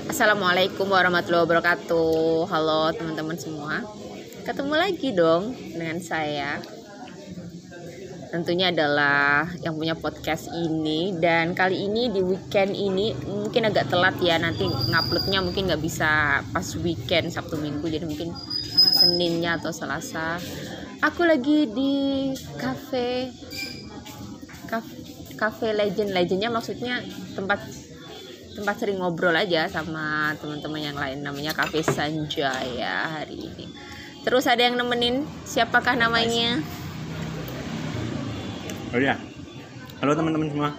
Assalamualaikum warahmatullahi wabarakatuh. Halo teman-teman semua. Ketemu lagi dong dengan saya. Tentunya adalah yang punya podcast ini. Dan kali ini di weekend ini mungkin agak telat ya. Nanti nguploadnya mungkin gak bisa pas weekend Sabtu Minggu. Jadi mungkin Seninnya atau Selasa. Aku lagi di cafe legendnya, maksudnya tempat sering ngobrol aja sama teman-teman yang lain, namanya Cafe Sanjaya hari ini. Terus ada yang nemenin, siapakah namanya? Oh iya, halo teman-teman semua.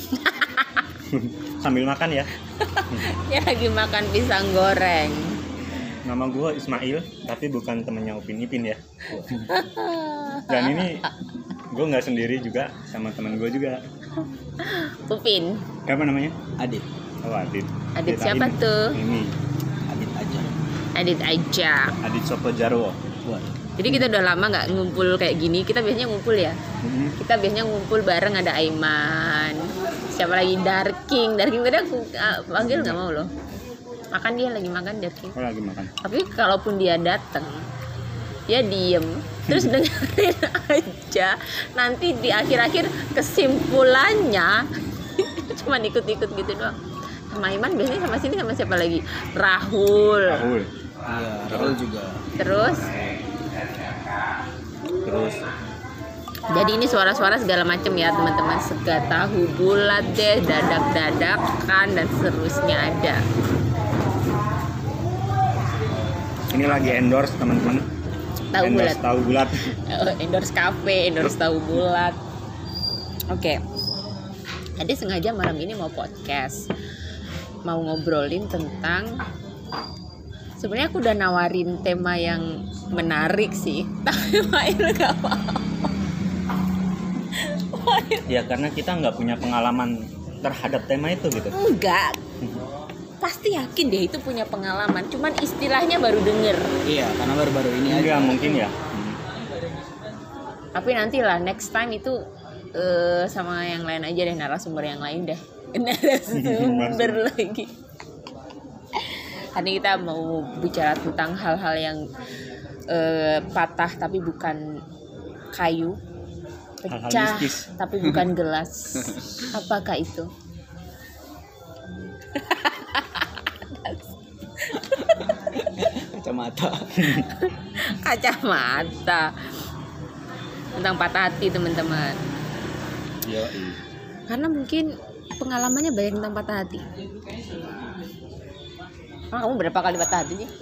Sambil makan ya. Ya lagi makan pisang goreng. Nama gue Ismail, tapi bukan temennya Upin Ipin ya. Dan ini gue nggak sendiri juga, sama teman gue juga. Upin. Siapa namanya? Adit. Oh Adit. Adit siapa tuh? Ini. Adit aja. Adit Sopo Jarwo. Jadi kita udah lama nggak ngumpul kayak gini. Kita biasanya ngumpul ya. Kita biasanya ngumpul bareng, ada Aiman. Siapa lagi? Darking tadi aku panggil nggak mau loh. Makan, dia lagi makan Darking. Oh lagi makan. Tapi kalaupun dia datang, dia diem terus dengerin aja. Nanti di akhir-akhir kesimpulannya cuma ikut-ikut gitu doang. Sama Iman biasanya, sama sini sama siapa lagi? Rahul. Iya, Rahul juga. Terus jadi ini suara-suara segala macam ya teman-teman. Sega tahu bulat deh, dadak-dadakan dan seterusnya ada. Ini lagi endorse teman-teman. Tahu bulat. Endorse kafe, endorse tahu bulat. Oke. Jadi sengaja malam ini mau podcast, mau ngobrolin tentang, sebenarnya aku udah nawarin tema yang menarik sih, tapi Mail gak mau. Ya karena kita nggak punya pengalaman terhadap tema itu gitu. Enggak, pasti yakin dia itu punya pengalaman, cuman istilahnya baru denger. Iya, karena baru-baru ini Enggak aja. mungkin ya. Tapi nantilah next time itu sama yang lain aja deh, narasumber yang lain deh. Narasumber lagi. Hari ini kita mau bicara tentang hal-hal yang patah tapi bukan kayu, Hal-hal pecah mistis. tapi bukan gelas. Apakah itu? Kacamata. Kacamata. Tentang patah hati teman-teman. Iya. Karena mungkin pengalamannya banyak tentang patah hati. Kamu berapa kali patah hati sih?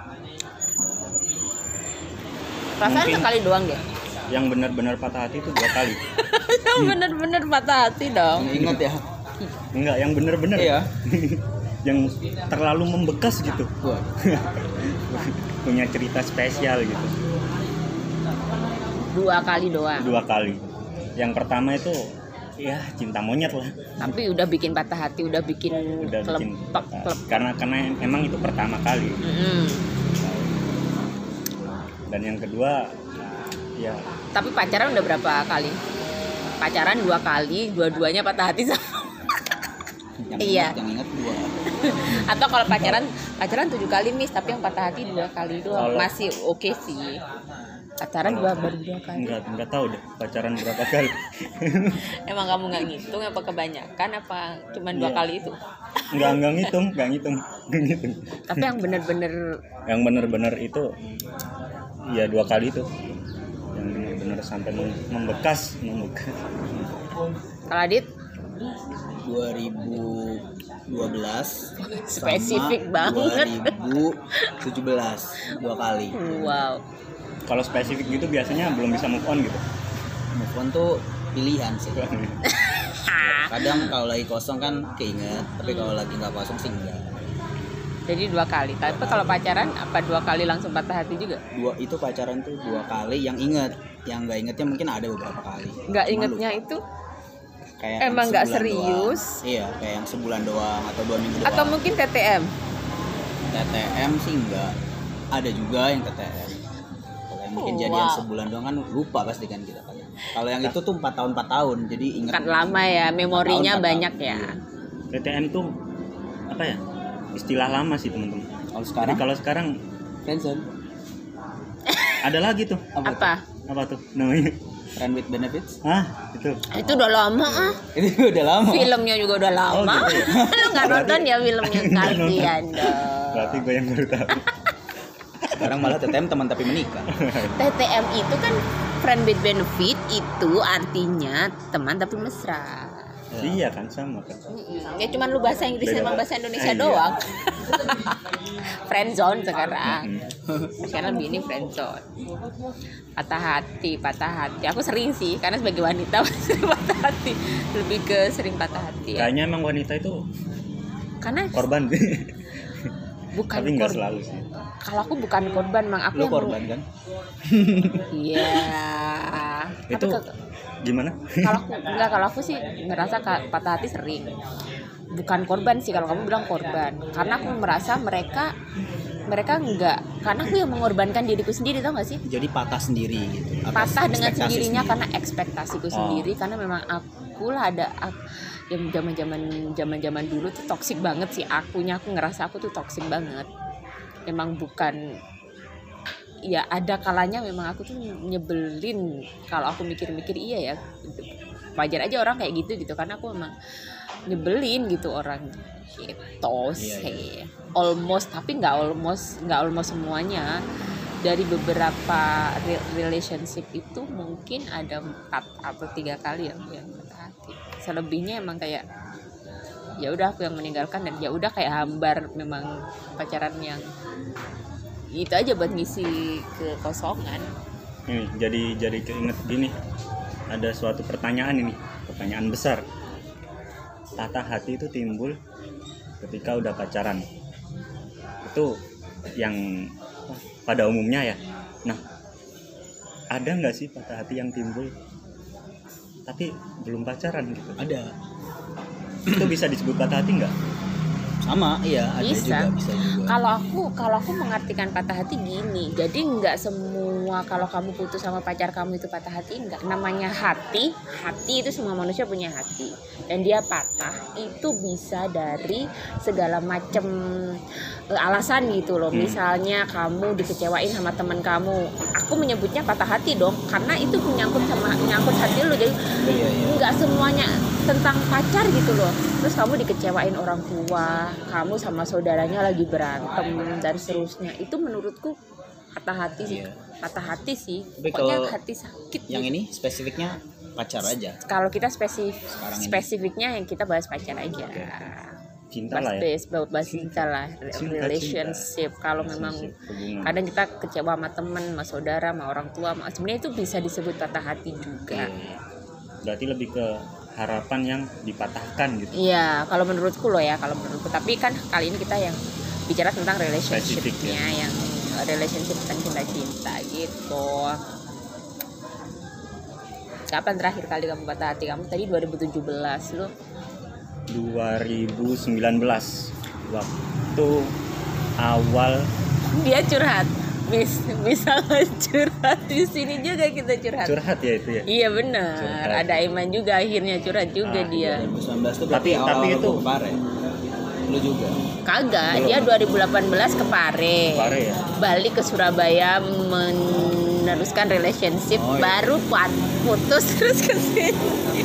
Perasaan Mungkin. sekali doang deh. Yang benar-benar patah hati itu 2 kali. Yang bener-bener patah hati dong. Ingat ya. Enggak, yang benar-benar. Iya. Yang terlalu membekas gitu. Wah. Punya cerita spesial gitu. 2 kali doang. 2 kali. Yang pertama itu ya cinta monyet lah. Tapi udah bikin patah hati, udah bikin kelepek. Karena emang itu pertama kali. Mm-hmm. Dan yang kedua ya Tapi pacaran udah berapa kali? Pacaran 2 kali, dua-duanya patah hati sama. Iya. Yang ingat 2. Atau kalau pacaran 7 kali miss, tapi yang patah hati 2 kali doang. Kalau- Masih oke sih. Pacaran baru 2 kali. enggak tahu deh pacaran berapa kali. Emang kamu nggak ngitung apa kebanyakan, apa cuman 2 Iya. kali itu? enggak ngitung. Tapi yang bener-bener Yang benar-benar itu ya 2 kali itu. Yang benar-benar sampai membekas. kalau Adit 2012 spesifik sama banget. 2017 2 kali. Wow. Kalau spesifik gitu biasanya belum bisa move on gitu. Move on tuh pilihan sih. Kadang kalau lagi kosong kan keinget, tapi kalau lagi nggak kosong sih enggak. Jadi 2 kali. Tapi kalau pacaran apa 2 kali langsung patah hati juga? Itu pacaran tuh 2 kali yang inget, yang nggak ingetnya mungkin ada beberapa kali. Nggak Cuma ingetnya lupa. itu Kayak emang yang nggak sebulan serius? doang. Iya, kayak yang sebulan doang atau 2 minggu doang. atau mungkin TTM? TTM sih enggak. Ada juga yang TTM. Kalau yang mungkin jadian Wow. sebulan doang kan lupa pasti kan kita kan. Kalau yang itu tuh 4 tahun, jadi ingat. Kan lama ya, memorinya 4 tahun. banyak ya. TTM tuh apa ya? istilah lama sih teman-teman. Kalau Jadi sekarang kalau sekarang friendzone ada lagi tuh. Apa? Tuh namanya? friend with benefits. Itu. Itu udah lama Itu udah lama. Filmnya juga udah lama. Oh, gitu ya? Lu nggak nonton ya filmnya? Kasihan dong. Berarti gue yang baru tahu. Sekarang malah TTM teman tapi menikah. TTM itu kan friend with benefit, itu artinya teman tapi mesra. Iya kan sama kan. Ya cuman lu bahasa Inggris sama bahasa Indonesia doang. Friendzone sekarang. Sekarang lebih ini friendzone. Patah hati. Aku sering sih, karena sebagai wanita sering patah hati. Lebih ke sering patah hati ya. Kayaknya emang wanita itu Karena korban. bukan Tapi nggak selalu sih. Kalau aku bukan korban, Mang. Aku Lu yang korban kan? Iya. Itu gimana? Kalau aku sih ngerasa patah hati sering. Bukan korban sih kalau kamu bilang korban. Karena aku merasa mereka enggak, karena aku yang mengorbankan diriku sendiri, tau gak sih? Jadi patah sendiri gitu. Atas Patah dengan ekspektasi sendirinya sendiri. karena ekspektasiku sendiri, karena memang aku lah yang zaman dulu tuh toksik banget sih akunya. Aku ngerasa aku tuh toksik banget. Emang bukan, ya ada kalanya memang aku tuh nyebelin. Kalau aku mikir-mikir iya ya, wajar aja orang kayak gitu karena aku emang nyebelin gitu orang gitu sih. Almost, tapi nggak almost semuanya. Dari beberapa relationship itu mungkin ada 4 atau 3 kali yang patah hati. Selebihnya emang kayak ya udah aku yang meninggalkan, dan ya udah kayak hambar, memang pacaran yang itu aja buat ngisi kekosongan. Jadi keinget gini, ada suatu pertanyaan besar. Patah hati itu timbul ketika udah pacaran. Itu yang pada umumnya ya. Nah, ada nggak sih patah hati yang timbul tapi belum pacaran gitu? Ada. Itu bisa disebut patah hati nggak? Sama, iya ada Bisa juga. Kalau aku mengartikan patah hati gini, jadi nggak semua kalau kamu putus sama pacar kamu itu patah hati, enggak. Namanya hati itu semua manusia punya hati, dan dia patah itu bisa dari segala macam alasan gitu loh. Misalnya kamu dikecewain sama teman kamu, aku menyebutnya patah hati dong, karena itu menyangkut hati lo. Jadi nggak semuanya tentang pacar gitu loh. Terus kamu dikecewain orang tua, kamu sama saudaranya lagi berantem dan seterusnya. Itu menurutku patah hati sih. Patah hati sih. Tapi Pokoknya kalau hati sakit. Yang gitu. ini spesifiknya pacar aja. Kalau kita Ini. spesifiknya yang kita bahas pacar aja. Cinta lah ya. Bahas cinta lah, relationship. Kalau memang hubungan. kadang kita kecewa sama teman, sama saudara, sama orang tua, sebenarnya itu bisa disebut patah hati juga. Berarti lebih ke harapan yang dipatahkan gitu. Iya, kalau menurutku loh ya, Tapi kan kali ini kita yang bicara tentang relationship-nya, yang relationship tentang cinta gitu. Kapan terakhir kali kamu patah hati? Kamu tadi 2017 lo. 2019 waktu awal. Dia curhat. Bisa curhat di sini juga, kita curhat. Curhat ya itu ya. Iya benar. Curhat. Ada Iman juga akhirnya curhat juga dia. 2019 itu berarti Tapi itu kemarin. Lu juga. Kagak, Belum. dia 2018 ke Pare ya. Balik ke Surabaya meneruskan relationship, baru putus terus ke sini.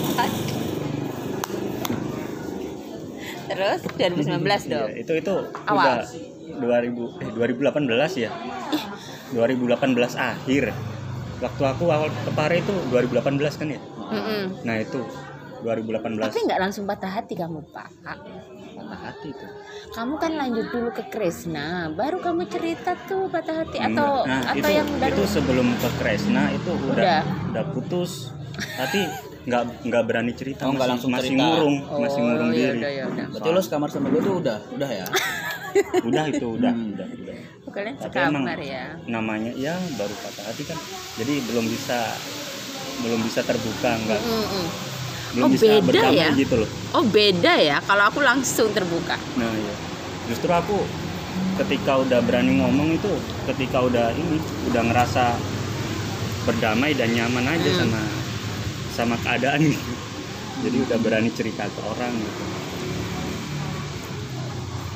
Terus 2019 dong. Iya, itu Awal. udah 2018 ya. 2018 akhir. Waktu aku awal ke Pare itu 2018 kan ya. Nah itu 2018. Tapi nggak langsung patah hati kamu, Pak. Patah hati itu. Kamu kan lanjut dulu ke Kresna, baru kamu cerita tuh patah hati, atau itu, yang baru? Itu sebelum ke Kresna itu udah putus. Tapi nggak berani cerita, nggak langsung masih cerita. ngurung diri. Yaudah. Berarti lu sekamar sama gue tuh udah ya. udah. Kalian Tapi emang sekamar ya. namanya ya baru patah hati kan, jadi belum bisa terbuka, belum bisa beda berdamai ya? gitu loh. Oh beda ya, kalau aku langsung terbuka. Nah ya, justru aku ketika udah berani ngomong itu ketika udah ngerasa berdamai dan nyaman aja sama keadaan gitu. Jadi udah berani cerita ke orang gitu.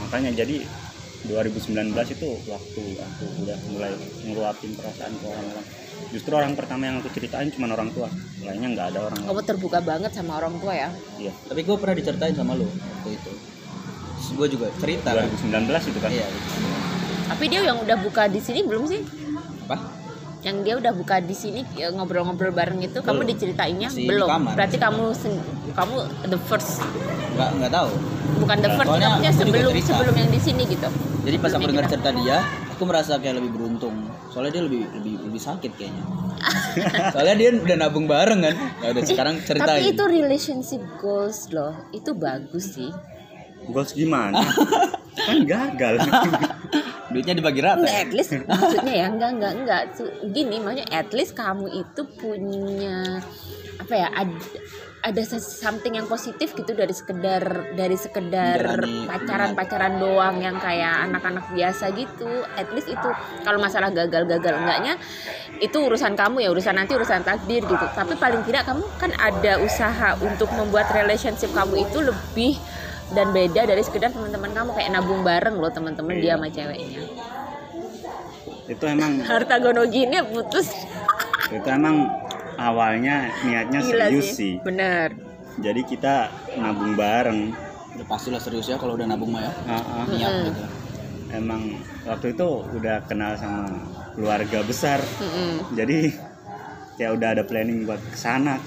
makanya jadi 2019 itu waktu aku udah mulai ngeluapin perasaan ke orang-orang. Justru orang pertama yang aku ceritain cuma orang tua, lainnya nggak ada orang. Kamu terbuka banget sama orang tua ya? Iya. Tapi gue pernah diceritain sama lu waktu itu. Terus gue juga cerita kan. 2019 itu kan. Iya. Tapi dia yang udah buka di sini belum sih? Apa? Yang dia udah buka di sini ya, ngobrol-ngobrol bareng itu kamu Belum. diceritainnya Masih di belum? kamar. Berarti kamu the first, Nggak tahu. bukan the first, Soalnya maksudnya aku juga sebelum cerita. sebelum yang di sini gitu. Jadi pas Belum aku yang dengar kita- cerita dia, aku merasa kayak lebih beruntung. Soalnya dia lebih sakit kayaknya. Soalnya dia udah nabung bareng kan. Ya udah sekarang ceritain. Tapi itu relationship goals loh, itu bagus sih. Goals gimana? Kan gagal. Duitnya dibagi rata. Nggak, at least maksudnya ya enggak gini, maksudnya at least kamu itu punya apa ya, ada something yang positif gitu dari sekedar Menjalani pacaran doang yang kayak anak-anak biasa gitu. At least itu kalau masalah gagal enggaknya itu urusan kamu ya, nanti urusan takdir gitu. Tapi paling tidak kamu kan ada usaha untuk membuat relationship kamu itu lebih dan beda dari sekedar teman-teman kamu kayak nabung bareng loh teman-teman dia sama ceweknya. Itu emang Harta gono gini putus. itu emang awalnya niatnya Gila serius sih. Bener. Jadi kita nabung bareng. Udah pastilah serius ya kalau udah nabung mah ya. Niat gitu. Emang waktu itu udah kenal sama keluarga besar. Jadi kayak udah ada planning buat kesana.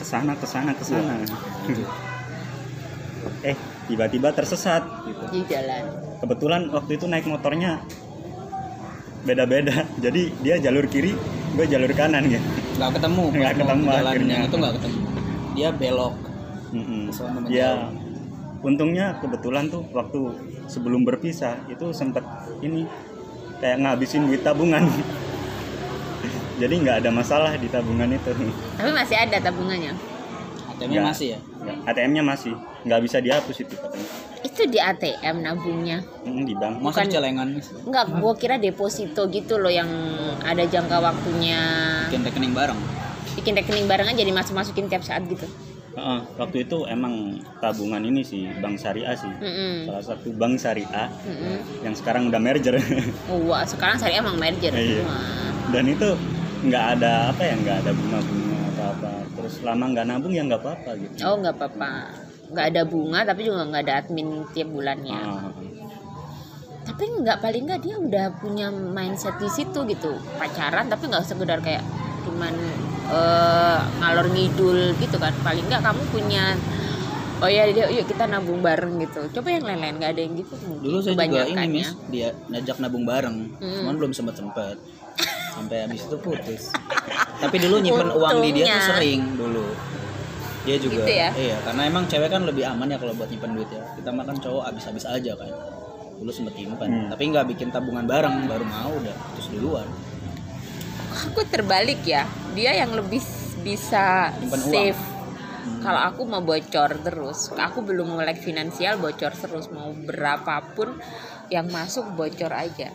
Tiba-tiba tersesat gitu. Di jalan. Kebetulan waktu itu naik motornya beda-beda. Jadi dia jalur kiri, gue jalur kanan gitu. Nggak ketemu. Nggak Pas mau ketemu ke jalan akhirnya. yang itu nggak ketemu. Dia belok. Soalnya menjauh. Ya, untungnya kebetulan tuh waktu sebelum berpisah itu sempet ini kayak ngabisin duit tabungan. Jadi nggak ada masalah di tabungan itu. Tapi masih ada tabungannya. Nggak. ATM-nya masih ya. ATM-nya masih nggak bisa dihapus itu katanya. Itu di ATM nabungnya. Di bank. Masa Bukan. celengan Enggak, gua kira deposito gitu loh yang ada jangka waktunya. bikin rekening bareng. Bikin rekening barengan jadi masuk-masukin tiap saat gitu. Waktu itu emang tabungan ini sih bank syariah sih. Salah satu bank syariah yang sekarang udah merger. Wah, sekarang saya emang merger Iya. semua. Dan itu nggak ada nggak ada bunga-bunga apa-apa. Terus lama nggak nabung ya nggak apa-apa gitu. Oh, nggak apa-apa. Nggak ada bunga tapi juga nggak ada admin tiap bulannya. Tapi paling nggak dia udah punya mindset di situ gitu, pacaran tapi nggak sekedar kayak cuman ngalor ngidul gitu kan. Paling nggak kamu punya oh ya yuk kita nabung bareng gitu. Coba yang lain-lain nggak ada yang gitu. Dulu saya juga ini Kebanyakannya. Miss, dia ngajak nabung bareng. Cuman belum sempet sampai habis itu putus. Tapi dulu nyimpen uang di dia tuh Untungnya. sering dulu. Dia juga Gitu ya? iya, karena emang cewek kan lebih aman ya kalau buat nyimpen duit ya. Kita makan cowok habis-habis aja kan. Dulu sempet nyimpen, tapi nggak bikin tabungan bareng, baru mau udah putus duluan. Aku terbalik ya, dia yang lebih bisa Simpan uang. save. Kalau aku mau bocor terus, aku belum melek finansial, bocor terus, mau berapapun yang masuk bocor aja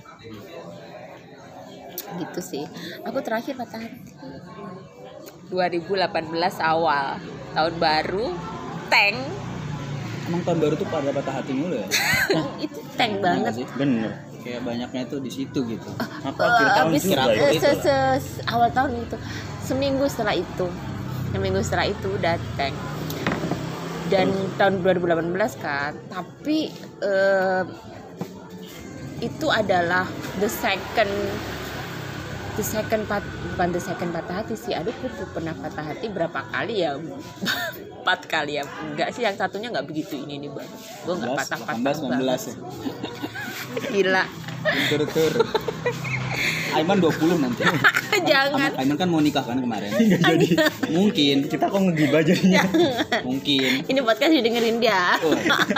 gitu sih. Aku terakhir patah hati 2018 awal tahun baru, tank. Emang tahun baru tuh pada patah hati mulu ya? Itu tank Iya banget. nggak sih? Bener. Kayak banyaknya tuh di situ gitu. Apa akhir tahun Abis juga kira-kira itu? awal tahun itu, seminggu setelah itu udah tank. Dan tahun 2018 kan, tapi itu adalah the second bukan the second patah hati sih. Aduh, aku pernah patah hati berapa kali ya? 4 kali ya. Enggak sih, yang satunya enggak begitu ini banget. Gue enggak 18, patah-patah 19 banget. ya. Gila. Tur. Aiman 20 nanti. Jangan. Aiman kan mau nikah kan kemarin. Jadi Mungkin. kita kok ngegibah jadinya. Mungkin. Ini podcast didengerin dia. Oh,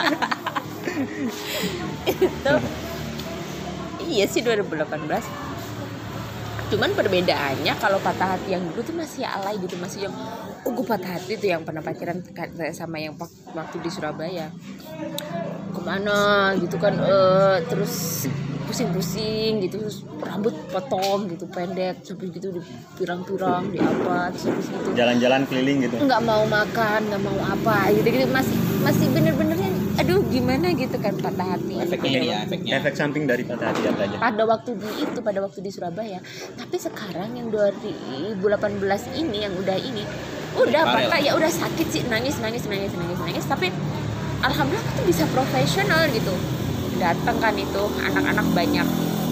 Itu iya sih 2018. Cuman perbedaannya kalau patah hati yang dulu tuh masih alay gitu, masih yang gue patah hati tuh yang pernah pacaran sama yang waktu di Surabaya kemana gitu kan, terus pusing-pusing gitu, terus rambut potong gitu pendek sampai gitu di pirang-pirang di apa, terus habis gitu Jalan-jalan keliling gitu. nggak mau makan, nggak mau apa gitu masih bener-benernya aduh gimana gitu kan, patah hati. Efeknya ya, efeknya. Efek samping dari patah hati apa aja? Pada waktu di Surabaya. Tapi sekarang yang 2018 ini yang udah Parah patah lah. ya udah sakit sih, nangis. Tapi alhamdulillah aku tuh bisa profesional gitu. Datang kan itu anak-anak banyak,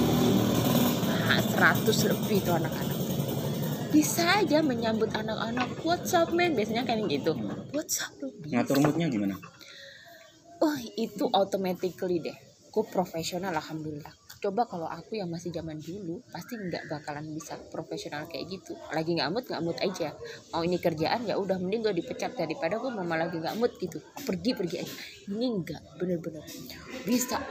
100 lebih tuh anak-anak. Bisa aja menyambut anak-anak, what's up man, biasanya kayak gitu. What's up lu? Ngatur moodnya gimana? Oh itu automatically deh, gue profesional alhamdulillah. Coba kalau aku yang masih zaman dulu pasti nggak bakalan bisa profesional kayak gitu. Lagi nggak mood aja. Mau ini kerjaan ya udah mending gue dipecat daripada gue malah lagi nggak mood gitu. Pergi aja. Ini nggak bener-bener bisa.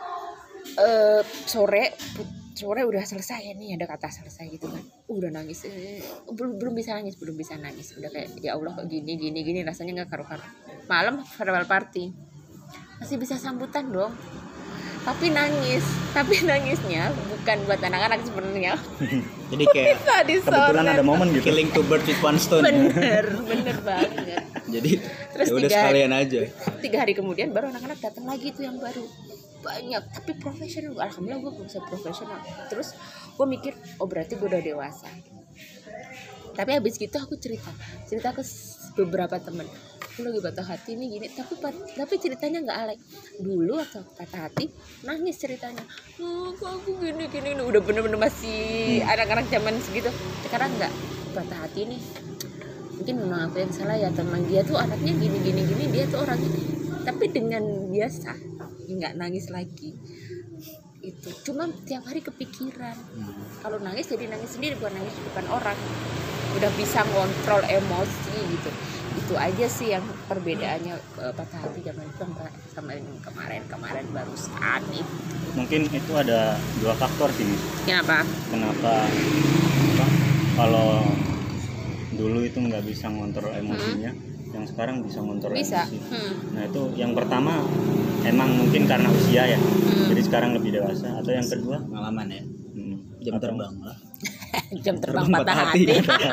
Sore udah selesai ya nih, ada kata selesai gitu kan. Udah nangis. Belum bisa nangis. Udah kayak ya Allah kok gini rasanya nggak karu-karu. Malam farewell party. Masih bisa sambutan dong, tapi nangisnya bukan buat anak-anak sebenarnya. Jadi kayak Kebetulan ada momen gitu. killing two birds with one stone. bener banget. Jadi Terus ya udah sekalian aja. 3 hari kemudian baru anak-anak datang lagi tuh yang baru banyak, tapi profesional. Alhamdulillah gue bisa profesional. Terus gue mikir oh berarti gue udah dewasa. Tapi habis gitu aku cerita ke beberapa temen, aku lagi patah hati nih gini, tapi ceritanya nggak alay. Dulu waktu aku patah hati nangis ceritanya, kok aku gini udah bener-bener masih anak-anak zaman segitu. Sekarang nggak, patah hati nih mungkin memang aku yang salah ya, teman dia tuh anaknya gini dia tuh orang ini, tapi dengan biasa nggak nangis lagi. Itu cuma tiap hari kepikiran. Kalau nangis jadi nangis sendiri, bukan nangis di depan orang. Udah bisa ngontrol emosi gitu. Itu aja sih yang perbedaannya patah hati zaman itu sama yang kemarin barusan itu. Mungkin itu ada 2 faktor sih. Kenapa? Apa, kalau dulu itu nggak bisa ngontrol emosinya, yang sekarang bisa ngontrol Bisa. emosi. Nah itu yang pertama emang mungkin karena usia ya, jadi sekarang lebih dewasa. Atau yang kedua Pengalaman ya. Jam atau- terbang lah. Jam terbang patah hati.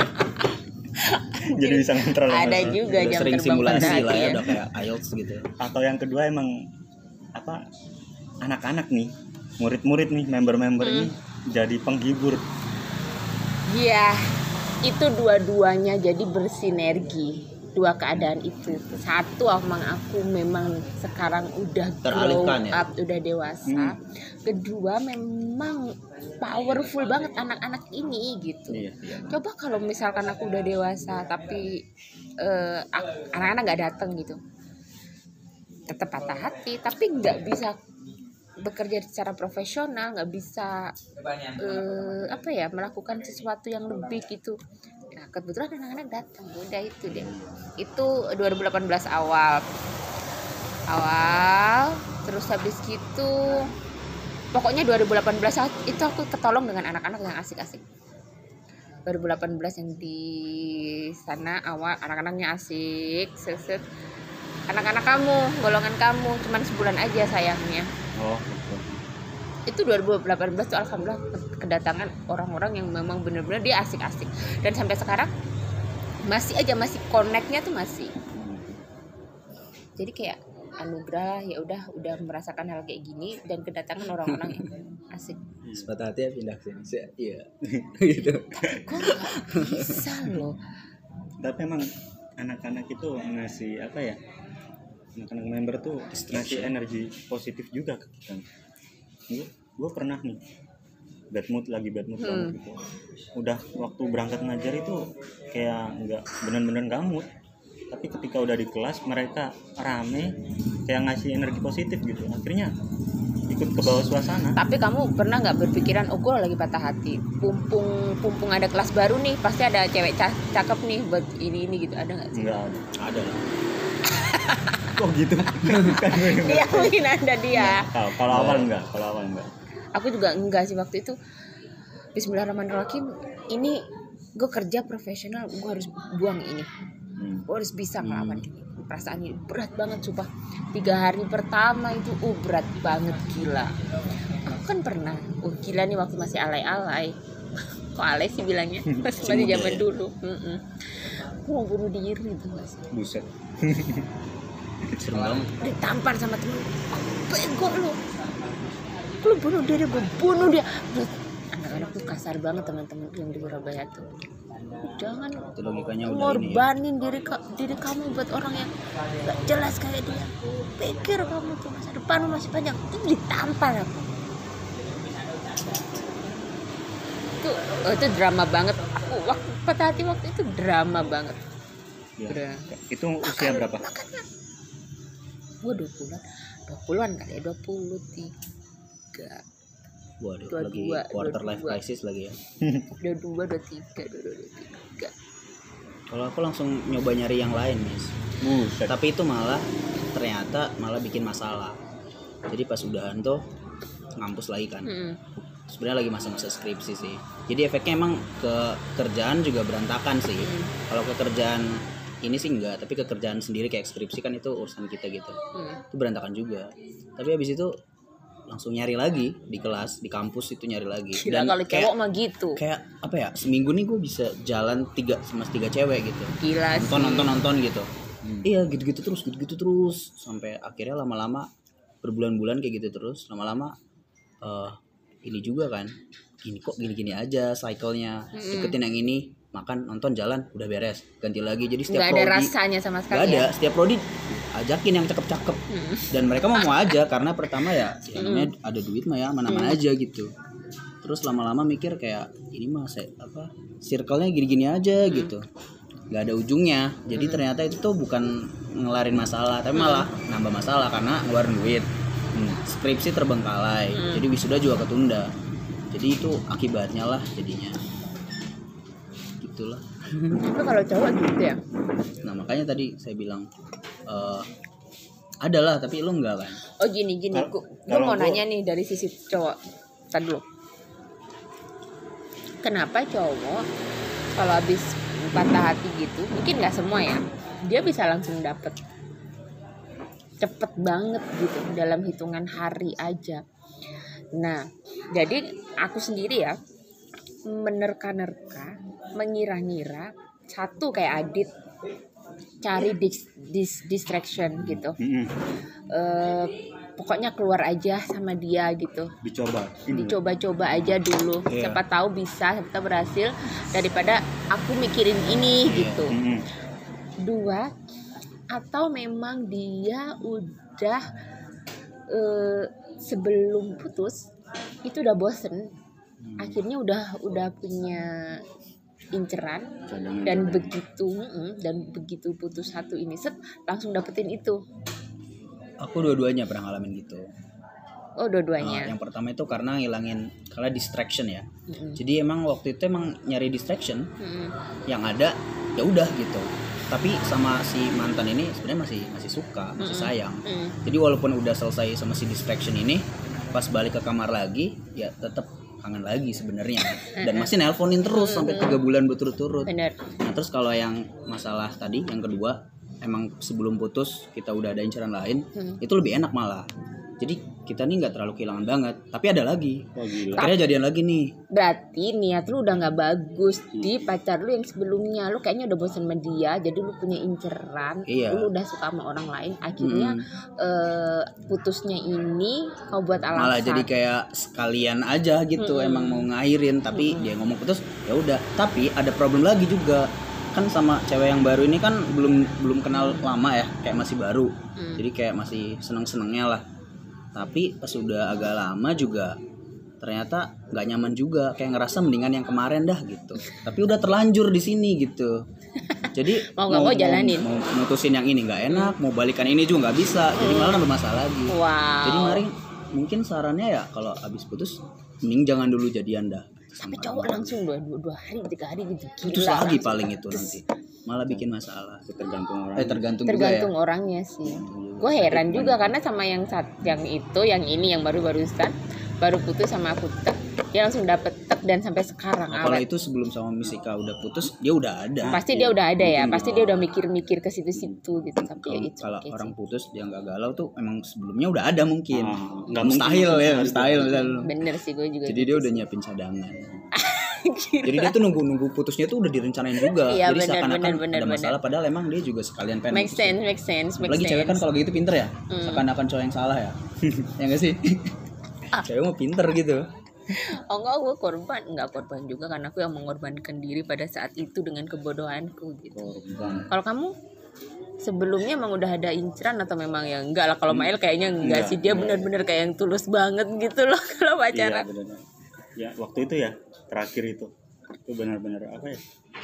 jadi bisa ngontrol Ada emosi. juga Udah jam sering terbang patah simulasi hati lah ya, ya. udah kayak IELTS gitu. Atau yang kedua emang apa, anak-anak nih, murid-murid nih, member-member ini jadi penghibur. Iya, itu dua-duanya jadi bersinergi. Dua keadaan itu. Satu aku memang sekarang udah grow Teralihkan ya? up, udah dewasa. Kedua memang powerful banget anak-anak ini gitu. Iya. Coba kalau misalkan aku udah dewasa tapi anak-anak nggak datang gitu, tetap patah hati. Tapi nggak bisa bekerja secara profesional, nggak bisa melakukan sesuatu yang lebih gitu. Nah, kebetulan anak-anak datang, udah itu deh. Itu 2018 awal. Terus habis gitu pokoknya 2018 itu aku ketolong dengan anak-anak yang asik-asik. 2018 yang di sana awal anak-anaknya asik, set. Anak-anak kamu, golongan kamu cuman sebulan aja sayangnya. Oh, betul. Itu 2018 tuh alhamdulillah kedatangan orang-orang yang memang benar-benar dia asik-asik, dan sampai sekarang masih connect-nya tuh masih. Jadi kayak anugerah ya udah merasakan hal kayak gini dan kedatangan orang-orang yang asik. Sepatah hati ya pindah ke sini. Iya. Gitu. Gue nggak bisa loh. Tapi emang anak-anak itu ngasih apa ya? Anak-anak member tuh ngasih energi positif juga ke kita. Gue pernah nih bad mood banget gitu. Udah waktu berangkat ngajar itu kayak nggak bener-bener nggak mood. Tapi ketika udah di kelas mereka rame kayak ngasih energi positif gitu. Akhirnya ikut ke bawah suasana. Tapi kamu pernah nggak berpikiran, oh gue lagi patah hati, pumpung ada kelas baru nih, pasti ada cewek cakep nih buat ini gitu, ada nggak sih? Nggak ada. Ada lah. Kok gitu? Kan gue nggak Dia ngerti. mungkin ada dia. Kalau awal enggak. Aku juga enggak sih waktu itu. Bismillahirrahmanirrahim. Ini gue kerja profesional, gue harus buang ini. Gue harus bisa ngelawan ini. Perasaan ini berat banget sumpah. 3 hari pertama itu berat banget, gila. Aku kan pernah, gila nih waktu masih alay-alay. Kok alay sih bilangnya? Masih zaman dulu. Aku mau bunuh diri itu gak sih? Buset. Serem banget. Ditampar sama temen, bego lu bunuh diri, gue bunuh dia. Anak-anak tuh kasar banget teman-teman yang di Surabaya tuh. Jangan Itu logikanya udah ini ya. ngorbanin diri kamu buat orang yang gak jelas kayak dia. Pikir kamu tuh masa depan masih panjang. Itu ditampar aku. Itu drama banget. Aku waktu patah hati waktu itu drama banget. Ya. Itu usia berapa? Makanya gue 20-an kali ya, 23. Waduh, 22, lagi quarter life 22. crisis lagi ya. 23. Kalau aku langsung nyoba nyari yang lain, Miss. Buset. Tapi itu ternyata malah bikin masalah. Jadi pas udahan tuh ngampus lagi kan. Sebenarnya lagi masa-masa skripsi sih. Jadi efeknya emang ke kerjaan juga berantakan sih. Kalau ke kerjaan ini sih enggak, tapi ke kerjaan sendiri kayak skripsi kan itu urusan kita gitu. Itu berantakan juga. Tapi habis itu langsung nyari lagi di kelas, di kampus itu nyari lagi. Gila, kalau cowok mah gitu. Kayak apa ya? Seminggu nih gue bisa jalan 3 cewek gitu. Gila sih. Nonton gitu. Iya, gitu-gitu terus sampai akhirnya lama-lama berbulan-bulan kayak gitu terus. Lama-lama ini juga kan. Gini aja cycle-nya. Deketin yang ini, makan, nonton, jalan, udah beres. Ganti lagi. Jadi setiap nggak ada rasanya sama sekali. Gak ada, ya? setiap prodi ajakin yang cakep-cakep. Dan mereka mau aja karena pertama ya namanya ada duit mah ya, mana-mana aja gitu. Terus lama-lama mikir kayak ini mah circle-nya gini-gini aja gitu. Gak ada ujungnya. Jadi ternyata itu tuh bukan ngelarin masalah, tapi malah nambah masalah karena ngeluarin duit. Skripsi terbengkalai. Jadi wisuda juga ketunda. Jadi itu akibatnya lah jadinya. Gitulah. Itu kalau cowok gitu ya. Nah makanya tadi saya bilang ada lah tapi lu enggak kan. Oh gini gue mau nanya nih dari sisi cowok. Tadi dulu, kenapa cowok kalau habis patah hati gitu, mungkin nggak semua ya, dia bisa langsung dapet cepet banget gitu dalam hitungan hari aja. Nah jadi aku sendiri ya menerka-nerka, mengira-ngira satu kayak Adit cari distraction gitu. Pokoknya keluar aja sama dia gitu. Dicoba-coba aja dulu. Siapa tahu bisa, siapa tahu berhasil daripada aku mikirin ini gitu. 2, atau memang dia udah sebelum putus itu udah bosen. Akhirnya udah punya inceran dan begitu putus satu ini langsung dapetin itu. Aku dua-duanya pernah ngalamin gitu. Oh dua-duanya. Yang pertama itu karena distraction ya. Jadi emang waktu itu emang nyari distraction. Yang ada ya udah gitu. Tapi sama si mantan ini sebenarnya masih suka, masih sayang. Jadi walaupun udah selesai sama si distraction ini, pas balik ke kamar lagi ya tetap kangen lagi sebenarnya. Dan masih nelponin terus sampai 3 bulan berturut-turut. Bener. Nah terus kalau yang masalah tadi yang kedua, emang sebelum putus kita udah ada inceran lain, itu lebih enak malah. Jadi kita nih nggak terlalu kehilangan banget, tapi ada lagi. Akhirnya jadian lagi nih. Berarti niat lu udah nggak bagus di pacar lu yang sebelumnya. Lu kayaknya udah bosan sama dia, jadi lu punya inceran. Lu udah suka sama orang lain. Akhirnya putusnya ini kau buat alasan. Malah jadi kayak sekalian aja gitu, emang mau ngairin, tapi dia ngomong putus, ya udah. Tapi ada problem lagi juga. Kan sama cewek yang baru ini kan belum kenal lama ya, kayak masih baru. Jadi kayak masih seneng-senengnya lah. Tapi pas udah agak lama juga ternyata nggak nyaman juga, kayak ngerasa mendingan yang kemarin dah gitu. Tapi udah terlanjur di sini gitu. Jadi mau jalanin, mau mutusin yang ini nggak enak, mau balikan ini juga nggak bisa. Jadi malah nambah masalah lagi. Wow. Jadi mungkin sarannya ya kalau abis putus mending jangan dulu jadian dah. Tapi cowok langsung 2 hari 3 hari gitu. Putus lagi paling itu nanti. Malah bikin masalah. Tergantung orang. Tergantung juga ya? Orangnya sih. Gue heran juga karena sama yang ini yang baru-barusan baru putus sama aku dia langsung dapet dan sampai sekarang. Nah, kalau itu sebelum sama Misika udah putus dia udah ada. Pasti dia udah ada ya. Pasti dia udah mikir-mikir ke situ-situ gitu. Tapi kalau orang putus dia nggak galau tuh emang sebelumnya udah ada mungkin. Nggak mustahil ya, mustahil. Bener sih gue juga. Jadi dia udah nyiapin cadangan. Jadi dia tuh nunggu putusnya tuh udah direncanain juga. Iya, Jadi benar, seakan-akan benar, ada masalah padahal emang dia juga sekalian pengen. Make sense. Lagi cewek kan kalau gitu pinter ya. Seakan-akan cowok yang salah ya. Ya enggak sih? Cewek mah pinter gitu. Oh enggak, gue korban juga karena aku yang mengorbankan diri pada saat itu dengan kebodohanku gitu. Korban. Kalau kamu sebelumnya emang udah ada inceran atau memang ya enggak lah? Kalau Mael kayaknya enggak sih, dia benar-benar kayak yang tulus banget gitu loh kalau pacaran. Iya benar. Ya waktu itu ya terakhir itu benar-benar apa ya?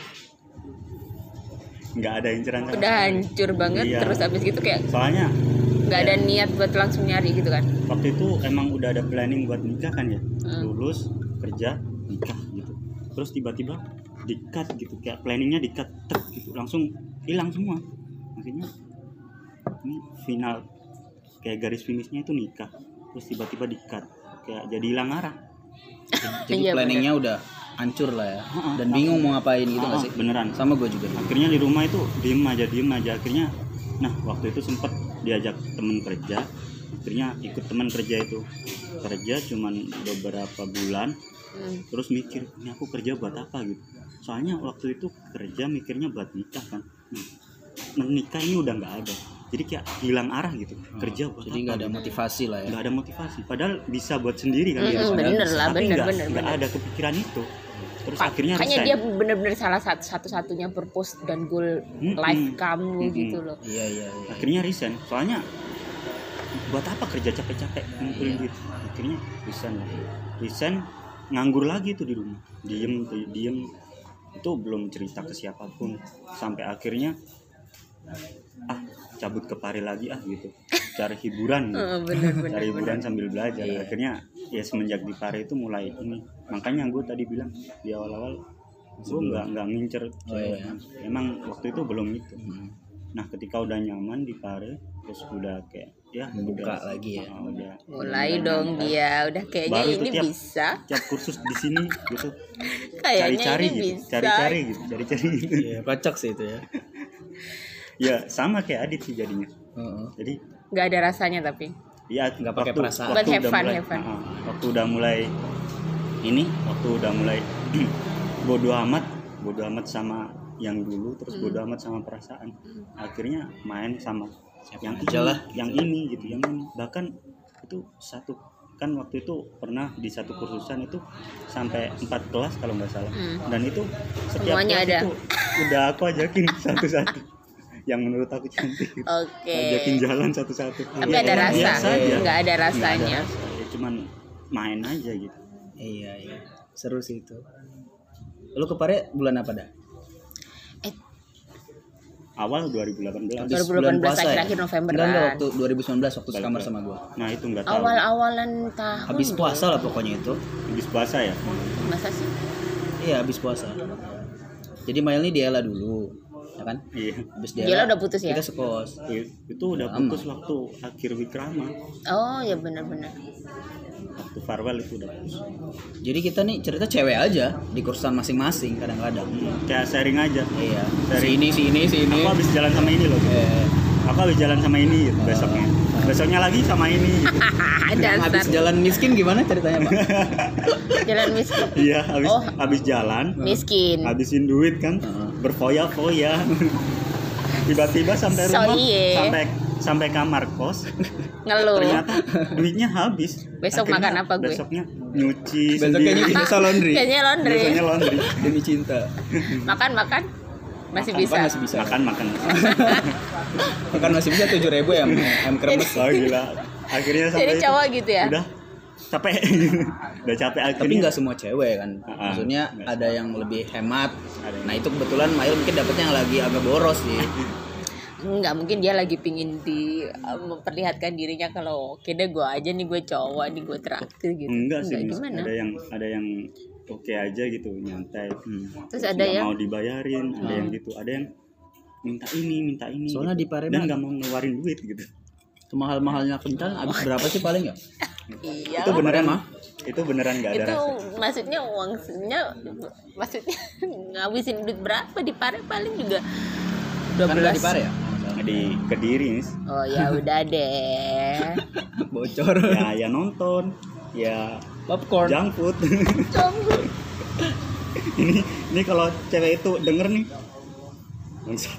Nggak ada inceran sama Udah sekali. hancur banget. Iya. Terus abis gitu kayak Soalnya nggak ada niat buat langsung nyari gitu kan? waktu itu emang udah ada planning buat nikah kan ya, lulus kerja nikah gitu, terus tiba-tiba di-cut gitu, kayak planningnya di-cut gitu, langsung hilang semua. Maksudnya ini final kayak garis finishnya itu nikah, terus tiba-tiba di-cut, kayak jadi hilang arah. Jadi Iya, planningnya udah hancur lah ya. Dan bingung mau ngapain gitu nggak sih? Beneran. Sama gue juga. Akhirnya di rumah itu diem aja. Akhirnya, nah waktu itu sempet diajak temen kerja. Akhirnya ikut teman kerja itu. Kerja cuman beberapa bulan. Terus mikir, ini aku kerja buat apa gitu. Soalnya waktu itu kerja mikirnya buat nikah kan. Menikah ini udah nggak ada. Jadi kayak hilang arah gitu. Kerja buat Jadi apa? nggak ada motivasi lah ya. Nggak ada motivasi. Padahal bisa buat sendiri kan. dia. Bener lah, Tapi bener. nggak ada kepikiran itu. Terus akhirnya Makanya resign. dia bener-bener salah satu-satunya purpose dan goal life kamu gitu loh. Iya. Akhirnya resign. Soalnya buat apa kerja capek-capek ngumpulin duit. Akhirnya resign nganggur lagi tuh di rumah, diem itu belum cerita ke siapapun sampai akhirnya cabut ke Pare lagi gitu, cari hiburan gitu. Bener. Cari hiburan sambil belajar. Akhirnya ya semenjak di Pare itu mulai ini, makanya gue tadi bilang di awal-awal gue nggak ngincer cewek. Emang waktu itu belum itu. Nah ketika udah nyaman di Pare, terus udah kayak ya Buka udah, lagi ya. Mulai dong dia udah kayaknya Baru ini tuh bisa. tiap kursus di sini gitu, Kayaknya cari-cari ini gitu, bisa. cari-cari gitu. Iya, kocak sih itu ya. Ya sama kayak Adit sih jadinya. Jadi Nggak ada rasanya tapi. Nggak ya pakai perasaan. But have udah fun, mulai, have fun. waktu udah mulai bodo amat sama yang dulu, terus bodo amat sama perasaan. Akhirnya main sama yang aja lah. yang ini gitu, yang ini. Bahkan itu satu kan waktu itu pernah di satu kursusan itu sampai 4 kelas kalau nggak salah. Dan itu setiap Semuanya kelas ada. itu udah aku ajakin satu-satu yang menurut aku cantik gitu. Oke. Ajakin jalan satu-satu. Tapi Ya, ada emang rasa. biasa aja. Nggak ada Nggak rasanya. rasa, ya cuman main aja gitu. Iya. Seru sih itu. Lu ke Pare bulan apa dah? Awal 2018. Habis 2018 bulan puasa ya? akhir November Enggak, kan. waktu 2019 waktu sekamar sama gua. Nah itu nggak tahu. Awal-awalan tahun. Habis puasa lah pokoknya itu. Habis puasa ya. Masa sih? Iya, habis puasa. Jadi Mail ini Diela dulu, ya kan? Iya. Habis Diela udah putus ya? Kita sekos. Itu udah putus waktu akhir Wikrama. Oh ya benar-benar. Waktu farewell itu udah putus. Jadi kita nih cerita cewek aja di kursusan masing-masing kadang-kadang. Kayak sharing aja. Iya. Dari- Si ini. Aku habis jalan sama ini loh. Aku habis jalan sama ini gitu, besoknya. Besoknya lagi sama ini gitu. Yang habis jalan miskin gimana ceritanya, Pak? Jalan miskin. Iya, Oh. habis jalan. Miskin. Habisin duit kan, berfoya-foya. Tiba-tiba sampai rumah, Soye. sampai kamar kos, Ngeluh. ternyata duitnya habis. Besok Akhirnya makan apa gue? Besoknya nyuci Besoknya sendiri. nyuci jasa laundry. Kayaknya laundry. Biasanya laundry. Demi cinta. Makan masih Makan, bisa. Masih bisa. Makan. Makan masih bisa 7.000 ya, ayam kremes. Oh gila. Akhirnya sampai Jadi itu, cowok gitu ya? Udah capek. Udah capek akhirnya. Tapi nggak semua cewek kan. Maksudnya nggak ada yang lebih hemat. Ada yang- Nah itu kebetulan Mail mungkin dapetnya yang lagi agak boros sih. Enggak, mungkin dia lagi pingin memperlihatkan dirinya kalau oke deh gue aja nih, gue cowok nih, gue traktir gitu. Enggak sih, Miss. Gimana? Ada yang oke aja gitu, nyantai. Terus ada nggak yang mau dibayarin, ada yang gitu, ada yang minta ini Soalnya gitu. di Pare dan mah- nggak mau ngeluarin duit gitu. Mahal-mahalnya kencan habis berapa sih paling ya? iya Itu lah. beneran mah? Itu beneran nggak ada Itu rasa. maksudnya maksudnya ngabisin duit berapa di Pare paling juga 12. Kan nggak di Pare ya? Di Kediri, Miss. Oh ya udah deh. Bocor. Ya nonton, ya Popcorn. junk food. Ini kalau cewek itu denger nih. Bangsat.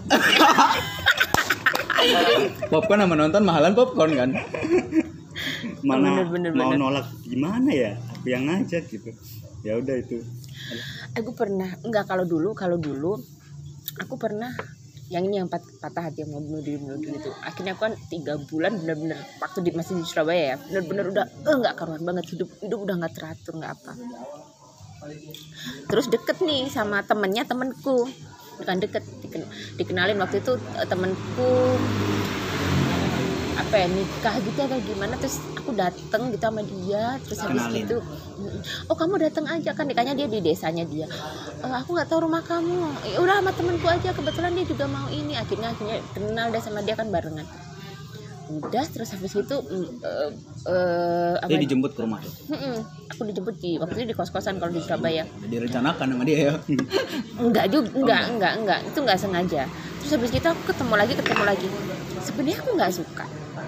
Popcorn sama nonton mahalan popcorn kan. Mana Bener. mau nolak gimana ya? Aku yang ngajak gitu. Ya udah itu. Aku pernah kalau dulu aku pernah yang ini yang patah hati yang mau bunuh diri itu. Akhirnya aku kan 3 bulan bener-bener waktu masih di Surabaya ya, bener-bener udah nggak karuan banget, hidup udah nggak teratur, nggak apa. Terus deket nih sama temenku, bukan deket, dikenalin waktu itu temenku apa ya, nikah gitu atau gimana, terus aku dateng gitu sama dia, terus habis Kenalin. gitu, oh kamu datang aja kan, nikahnya dia di desanya dia, aku nggak tahu rumah kamu, ya udah sama temenku aja, kebetulan dia juga mau ini, akhirnya kenal deh sama dia kan barengan, udah terus habis itu Dia dijemput ke rumah tuh. aku dijemput waktu itu di kos-kosan kalau di Surabaya. Direncanakan sama dia ya. Enggak juga, enggak, itu enggak sengaja. Terus habis itu aku ketemu lagi. Sebenarnya aku enggak suka.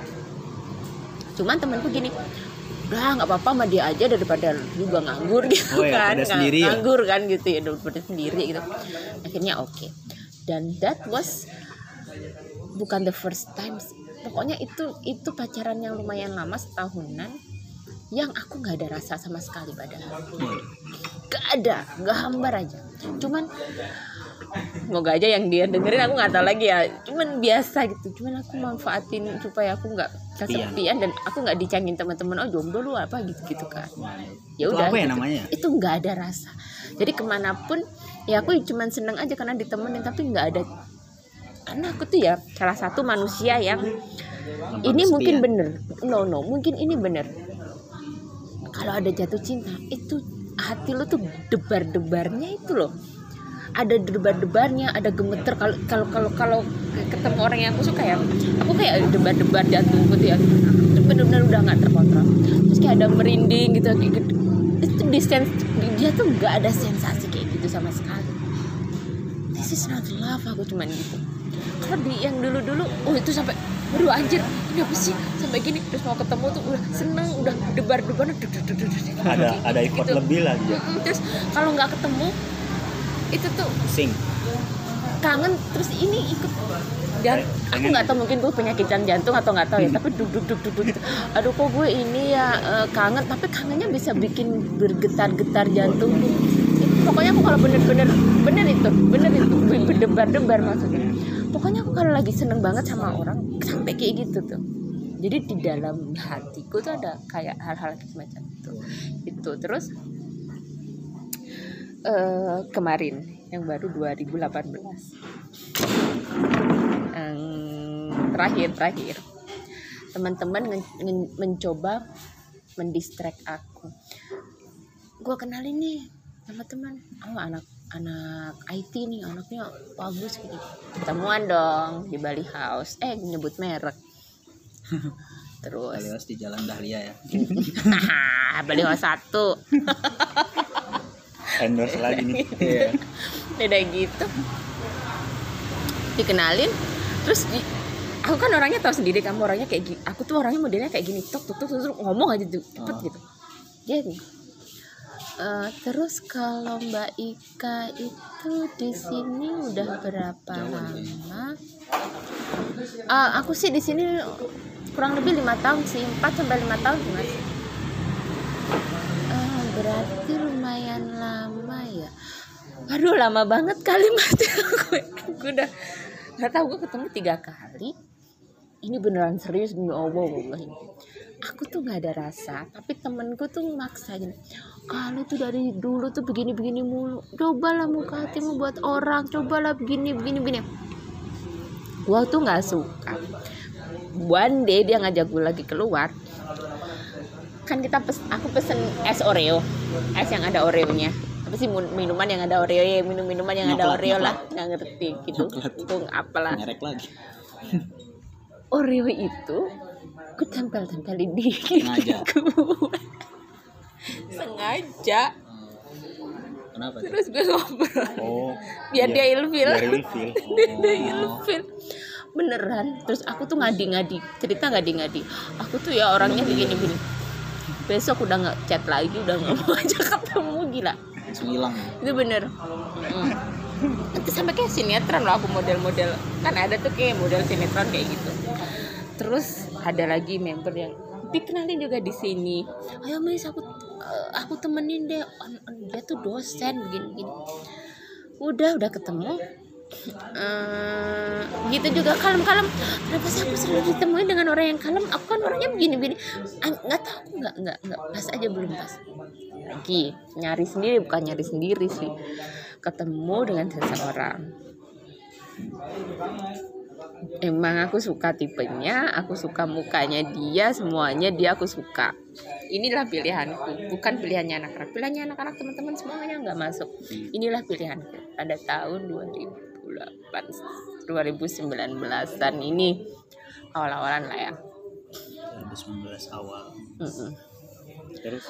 Cuman temanku gini, udah nggak apa-apa sama dia aja daripada juga nganggur gitu. Oh ya, kan, pada sendiri ya? nganggur kan gitu ya, daripada sendiri gitu. Akhirnya oke. Dan that was bukan the first time. Pokoknya itu pacaran yang lumayan lama, setahunan, yang aku nggak ada rasa sama sekali padahal. Gak ada, gak hambar aja. Cuman semoga aja yang dia dengerin, aku nggak tahu lagi ya. Cuman biasa gitu. Cuman aku manfaatin supaya aku nggak kesepian dan aku nggak dicangin teman-teman, oh jomblo lu apa gitu kan. Ya Itu udah. apa ya gitu. namanya? Itu nggak ada rasa. Jadi kemanapun ya aku cuman seneng aja karena ditemenin, tapi nggak ada. Karena aku tuh ya salah satu manusia yang ini mungkin bener, mungkin ini bener. Kalau ada jatuh cinta itu hati lu tuh debar-debarnya itu loh, ada debar-debarnya, ada gemeter. Kalau ketemu orang yang aku suka ya, aku kayak debar-debar jantungku tuh ya, itu benar-benar udah nggak terkontrol. Terus kayak ada merinding gitu, itu dia tuh nggak ada sensasi kayak gitu sama sekali. This is not love, aku cuman gitu. Kalau di yang dulu itu sampai aduh anjir, ini apa sih sampai gini, terus mau ketemu tuh udah seneng, udah debar-debar, Ada effort gitu. lebih lagi ya. Terus kalau nggak ketemu itu tuh Sing. kangen, terus ini ikut dan aku nggak tahu, mungkin gue penyakitan jantung atau nggak tahu ya, tapi duk aduh kok gue ini ya kangen, tapi kangennya bisa bikin bergetar-getar jantung. Pokoknya aku kalau bener itu berdebar-debar maksudnya. Pokoknya aku kalau lagi seneng banget sama orang sampai kayak gitu tuh. Jadi di dalam hatiku tuh ada kayak hal-hal semacam itu. Terus kemarin yang baru 2018 terakhir teman-teman mencoba mendistract aku. Gue kenalin nih sama teman, anak IT nih, anaknya bagus gitu. Ketemuan dong di Bali House, nyebut merek. Terus Bali House di Jalan Dahlia ya. Bali House 1. Endorse lagi nih. Beda gitu. Dikenalin, terus aku kan orangnya tahu sendiri, kamu orangnya kayak gini. Aku tuh orangnya modelnya kayak gini, tuk ngomong aja tuh cepet gitu. Jadi terus kalau Mbak Ika itu di sini udah berapa lama? Aku sih di sini kurang lebih 5 tahun sih, 4 sampai 5 tahun Mas. Berarti lumayan lama ya. Aduh lama banget kali Mas. Aku udah nggak tahu, gue ketemu 3 kali. Ini beneran serius, demi Allah wallahi. Aku tuh nggak ada rasa, tapi temenku tuh maksa gini. Kalau tuh dari dulu tuh begini mulu. Cobalah muka hatimu buat orang, cobalah begini. Gua tuh nggak suka. One day dia ngajak gue lagi keluar. Kan aku pesen es Oreo, es yang ada Oreonya. Apa sih minuman yang ada Oreo ya? Minuman yang ada Oreo lah, nggak ngerti gitu. Itu apalah. Merek lagi. Oreo itu aku tempel-tempelin di sengaja. Kenapa? Terus gue ngobrol. Iya. Biar dia ilfil. Dia Oh. ilfil. Beneran. Terus aku tuh ngadi-ngadi. Cerita ngadi-ngadi. Aku tuh ya orangnya begini. Besok udah nggak chat lagi, udah nggak mau aja ketemu, gila. langsung hilang. Itu bener. Itu sampai kayak sinetron loh aku model-model. Kan ada tuh kayak model sinetron kayak gitu. Terus ada lagi member yang dikenalin juga di sini. Ayo Miss, aku temenin deh. Dia tuh dosen begini-gini. Udah ketemu. Gitu juga kalem-kalem. Kenapa sih aku selalu ditemuin dengan orang yang kalem? Aku kan orangnya begini-begini. Nggak tahu, aku nggak pas aja, belum pas. Lagi nyari sendiri sih. Ketemu dengan seseorang. Emang aku suka tipenya, aku suka mukanya dia, semuanya dia aku suka. Inilah pilihanku, bukan pilihannya anak-anak. Pilihannya anak-anak teman-teman semuanya nggak masuk. Inilah pilihanku pada tahun 2019-an ini, awal-awalan lah ya. 2019 awal. Terus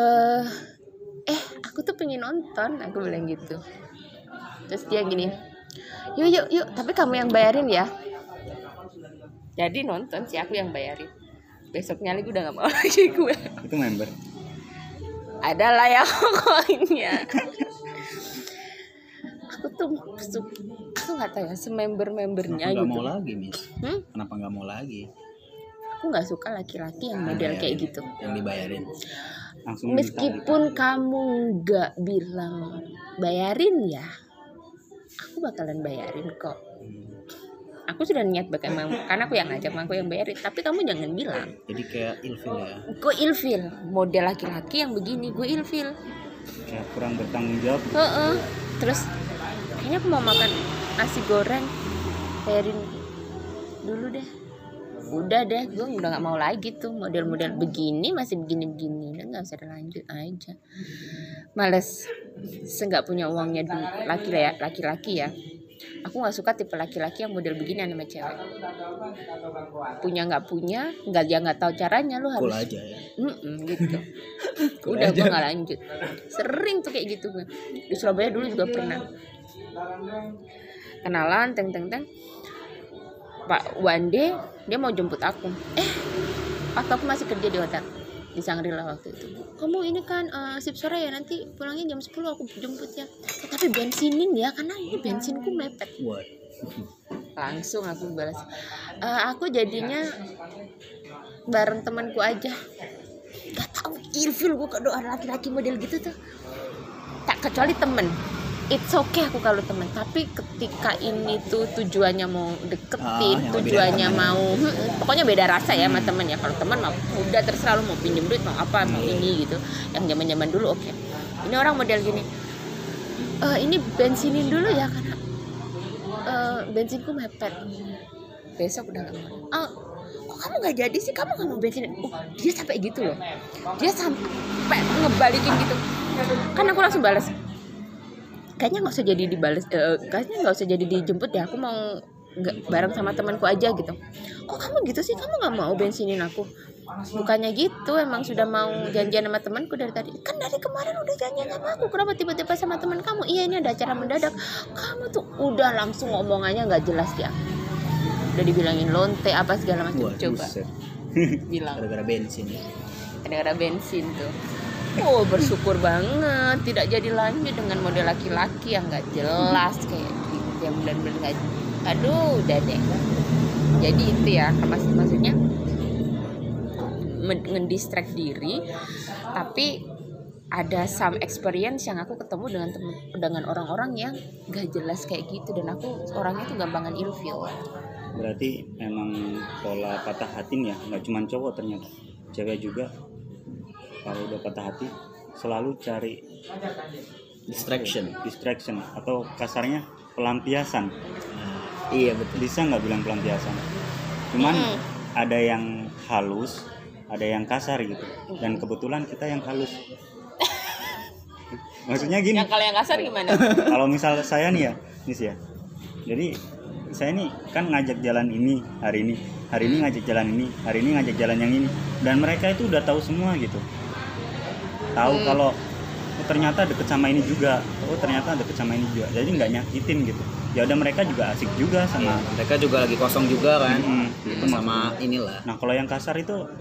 aku tuh pengen nonton, aku bilang gitu. Terus dia gini, yuk, tapi kamu yang bayarin ya. Jadi nonton sih aku yang bayarin. Besoknya lagi udah gak mau lagi gue. itu member. Ada lah ya pokoknya. Aku nggak tahu ya semember-membernya Kenapa gitu. Nggak mau lagi, Miss? Kenapa nggak mau lagi? Aku nggak suka laki-laki yang model kayak gitu. Yang dibayarin. Langsung Meskipun kamu nggak bilang bayarin ya, aku bakalan bayarin kok. Aku sudah niat karena aku yang ngajak, aku yang bayarin. Tapi kamu jangan bilang. Jadi kayak ilfil ya. Gue ilfil, model laki-laki yang begini, gue ilfil. kayak kurang bertanggung jawab. Terus kayaknya aku mau makan nasi goreng, bayarin dulu deh. Udah deh, gue udah nggak mau lagi tuh model-model begini, masih begini-begini, udah nggak usah lanjut aja. Males, nggak punya uangnya dulu. Laki-laki ya. Aku nggak suka tipe laki-laki yang model begini sama cewek. Punya nggak punya, dia nggak tahu caranya, lu harus. Cool aja ya. Gitu. Udah gue nggak lanjut. Sering tuh kayak gitu gue. Di Surabaya dulu juga pernah. Kenalan, teng. Pak Wande dia mau jemput aku. Waktu aku masih kerja di hotel di Shangri-La waktu itu. Kamu ini kan sip sore ya, nanti pulangnya jam 10 aku jemput ya. Tapi bensinin ya, karena ini bensinku mepet. What? Langsung aku balas. Aku jadinya bareng temanku aja. Gak tahu ilfil gue kalau ada laki-laki model gitu tuh. Tak kecuali temen. It's okay aku kalau temen, tapi ketika ini tuh tujuannya mau deketin, tujuannya mau, pokoknya beda rasa ya sama temen ya. Kalau teman mah udah terserah lu mau pinjem duit, mau apa, mau ini gitu. Yang zaman dulu oke. Ini orang model gini, ini bensinin dulu ya karena bensinku mepet. Besok udah nggak mau. Kok kamu nggak jadi sih? Kamu nggak mau bensinin? Dia sampai gitu loh. Dia sampai ngebalikin gitu. Kan aku langsung balas. Kayaknya nggak usah jadi dibales, kayaknya nggak usah jadi dijemput ya, aku mau bareng sama temanku aja gitu. Kok kamu gitu sih, kamu nggak mau bensinin aku? Bukannya gitu, emang sudah mau janjian sama temanku dari tadi. Kan dari kemarin udah janjian sama aku, kenapa tiba-tiba sama teman kamu? Iya, ini ada acara mendadak. Kamu tuh udah langsung ngomongannya nggak jelas ya. Udah dibilangin lonte apa segala macam. Coba bilang Gara-gara bensin ya. Gara-gara bensin tuh. Bersyukur banget tidak jadi lanjut dengan model laki-laki yang nggak jelas kayak gitu, yang benar-benar nggak. Aduh, udah deh. Jadi itu ya, maksudnya mendistract diri, tapi ada some experience yang aku ketemu dengan orang-orang yang nggak jelas kayak gitu, dan aku orangnya tuh gampangan ilfil. Berarti emang pola patah hati ya, nggak cuma cowok ternyata, cewek juga. Kalau udah patah hati selalu cari distraction atau kasarnya pelampiasan. Iya betul. Bisa nggak bilang pelampiasan? Cuman ada yang halus, ada yang kasar gitu. Dan kebetulan kita yang halus. Maksudnya gini. Yang kalau yang kasar gimana? Kalau misal saya nih ya, Nis ya. Jadi saya nih kan ngajak jalan ini hari ini ngajak jalan ini, hari ini ngajak jalan yang ini, dan mereka itu udah tahu semua gitu. Tahu kalau ternyata deket sama ini juga, ternyata deket sama ini juga, jadi nggak nyakitin gitu. Ya udah, mereka juga asik juga sama. Mereka juga lagi kosong juga kan, Itu sama inilah. Nah kalau yang kasar itu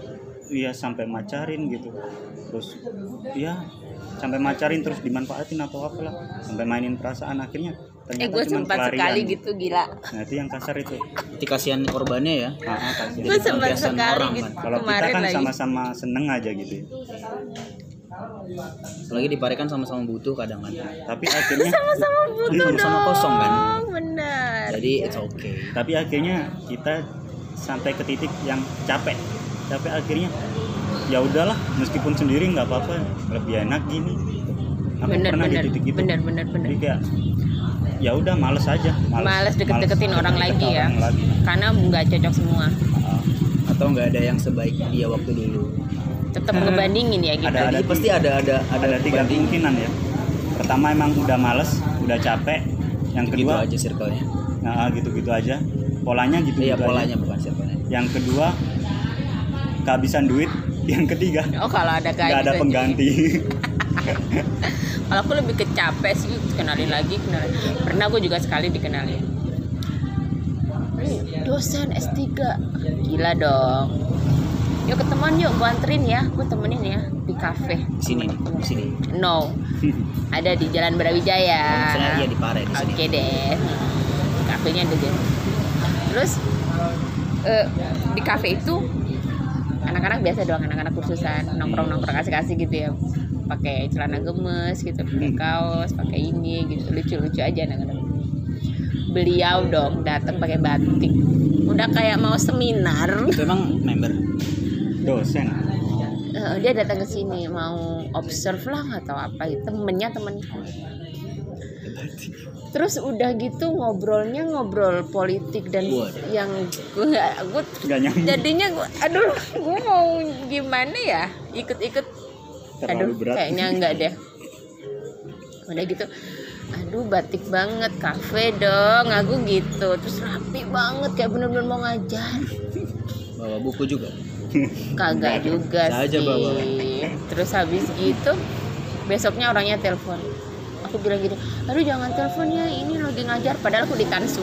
iya sampai macarin gitu, terus ya sampai macarin terus dimanfaatin atau apalah, sampai mainin perasaan, akhirnya ternyata Gue cuma sempat sekali pelarian. gitu, gila. Nah itu yang kasar itu. Nanti kasihan korbannya ya. Kasihan. Gue sempat pelampiasan sekali orang, gitu kan. Kalau kita kemarin kan lagi. sama-sama seneng aja gitu ya. Apalagi di Pare kan sama-sama butuh kadang kan. Tapi akhirnya Sama-sama butuh Iya, dong. sama kosong kan. Benar. Jadi it's okay. tapi akhirnya kita sampai ke titik yang capek akhirnya ya udahlah, meskipun sendiri nggak apa-apa, lebih enak gini. Aku Bener pernah bener di titik itu. bener. Jadi kayak ya udah males aja, Males deket-deketin orang lagi ya. orang lagi. Karena nggak cocok semua. Atau nggak ada yang sebaik dia waktu dulu. Tetap ngebandingin ya gitu. Ada Jadi pasti ada tiga banding. kemungkinan ya. Pertama emang udah males, udah capek. Yang Gitu kedua aja circle-nya. nah, gitu-gitu aja. Polanya gitu. Iya, polanya bukan circle-nya. Yang kedua kehabisan duit. Yang ketiga Oh kalau ada kayak nggak ada gitu. pengganti. Kalau aku lebih ke capek sih, kenalin lagi. Pernah gue juga sekali dikenalin. Dosen S3. Gila dong. Yuk ketemuan yuk, gue anterin ya. Gue temenin ya di kafe. Di sini. No. Ada di Jalan Brawijaya. Maksudnya iya di Pare di sini. Oke deh. Kafenya ada deh. Terus di kafe itu anak-anak biasa doang, anak-anak kursusan nongkrong asik-asik gitu ya, pakai celana gemes gitu, pakai kaos, pakai ini gitu, lucu-lucu aja anak-anak. Beliau dong datang pakai batik, udah kayak mau seminar. Itu emang member. Dosen. Dia datang ke sini mau observe lah atau apa, temennya. Terus udah gitu ngobrolnya ngobrol politik dan Waduh. yang gue Nggak nyambung. jadinya gue mau gimana ya, ikut Terlalu berat. kayaknya enggak deh. Udah gitu aduh batik banget, kafe dong aku gitu, terus rapi banget kayak bener-bener mau ngajar. Bawa buku juga. Kagak juga Bisa aja sih. bawa. Terus habis gitu besoknya orangnya telepon. Aku bilang gini, aduh jangan telepon ya, ini lagi ngajar. Padahal aku di Tansu.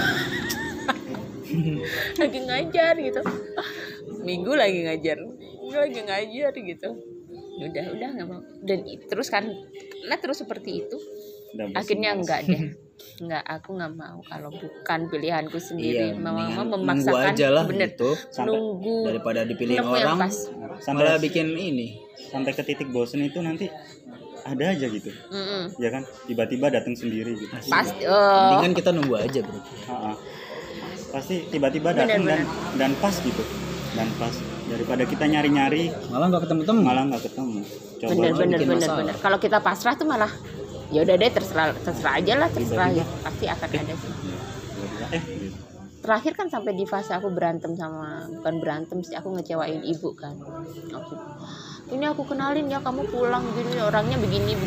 Lagi ngajar gitu. Minggu lagi ngajar gitu. Udah nggak mau. Dan terus kan, nah terus seperti itu. Udah Akhirnya bosan. enggak deh. Enggak, aku nggak mau kalau bukan pilihanku sendiri. Iya, Mama mendingan memaksakan. nunggu aja lah Bener. gitu. Nunggu. Daripada dipilihin Nemu yang orang, pas. malah bikin ini. Sampai ke titik bosen itu nanti ada aja gitu. Mm-mm. Ya kan, tiba-tiba datang sendiri gitu. Pasti. Mendingan kita nunggu aja bro. Pasti tiba-tiba datang dan pas gitu. Dan pas daripada kita nyari-nyari Malah nggak ketemu-temu. malah nggak ketemu. Coba aja. bikin masalah. Bener. Kalau kita pasrah tuh malah ya udah deh, terserah aja lah, terserah ya. Pasti akan ada sih. Gitu. Terakhir kan sampai di fase aku bukan berantem sih, aku ngecewain ibu kan. Ini aku kenalin ya, kamu pulang gini, orangnya begini.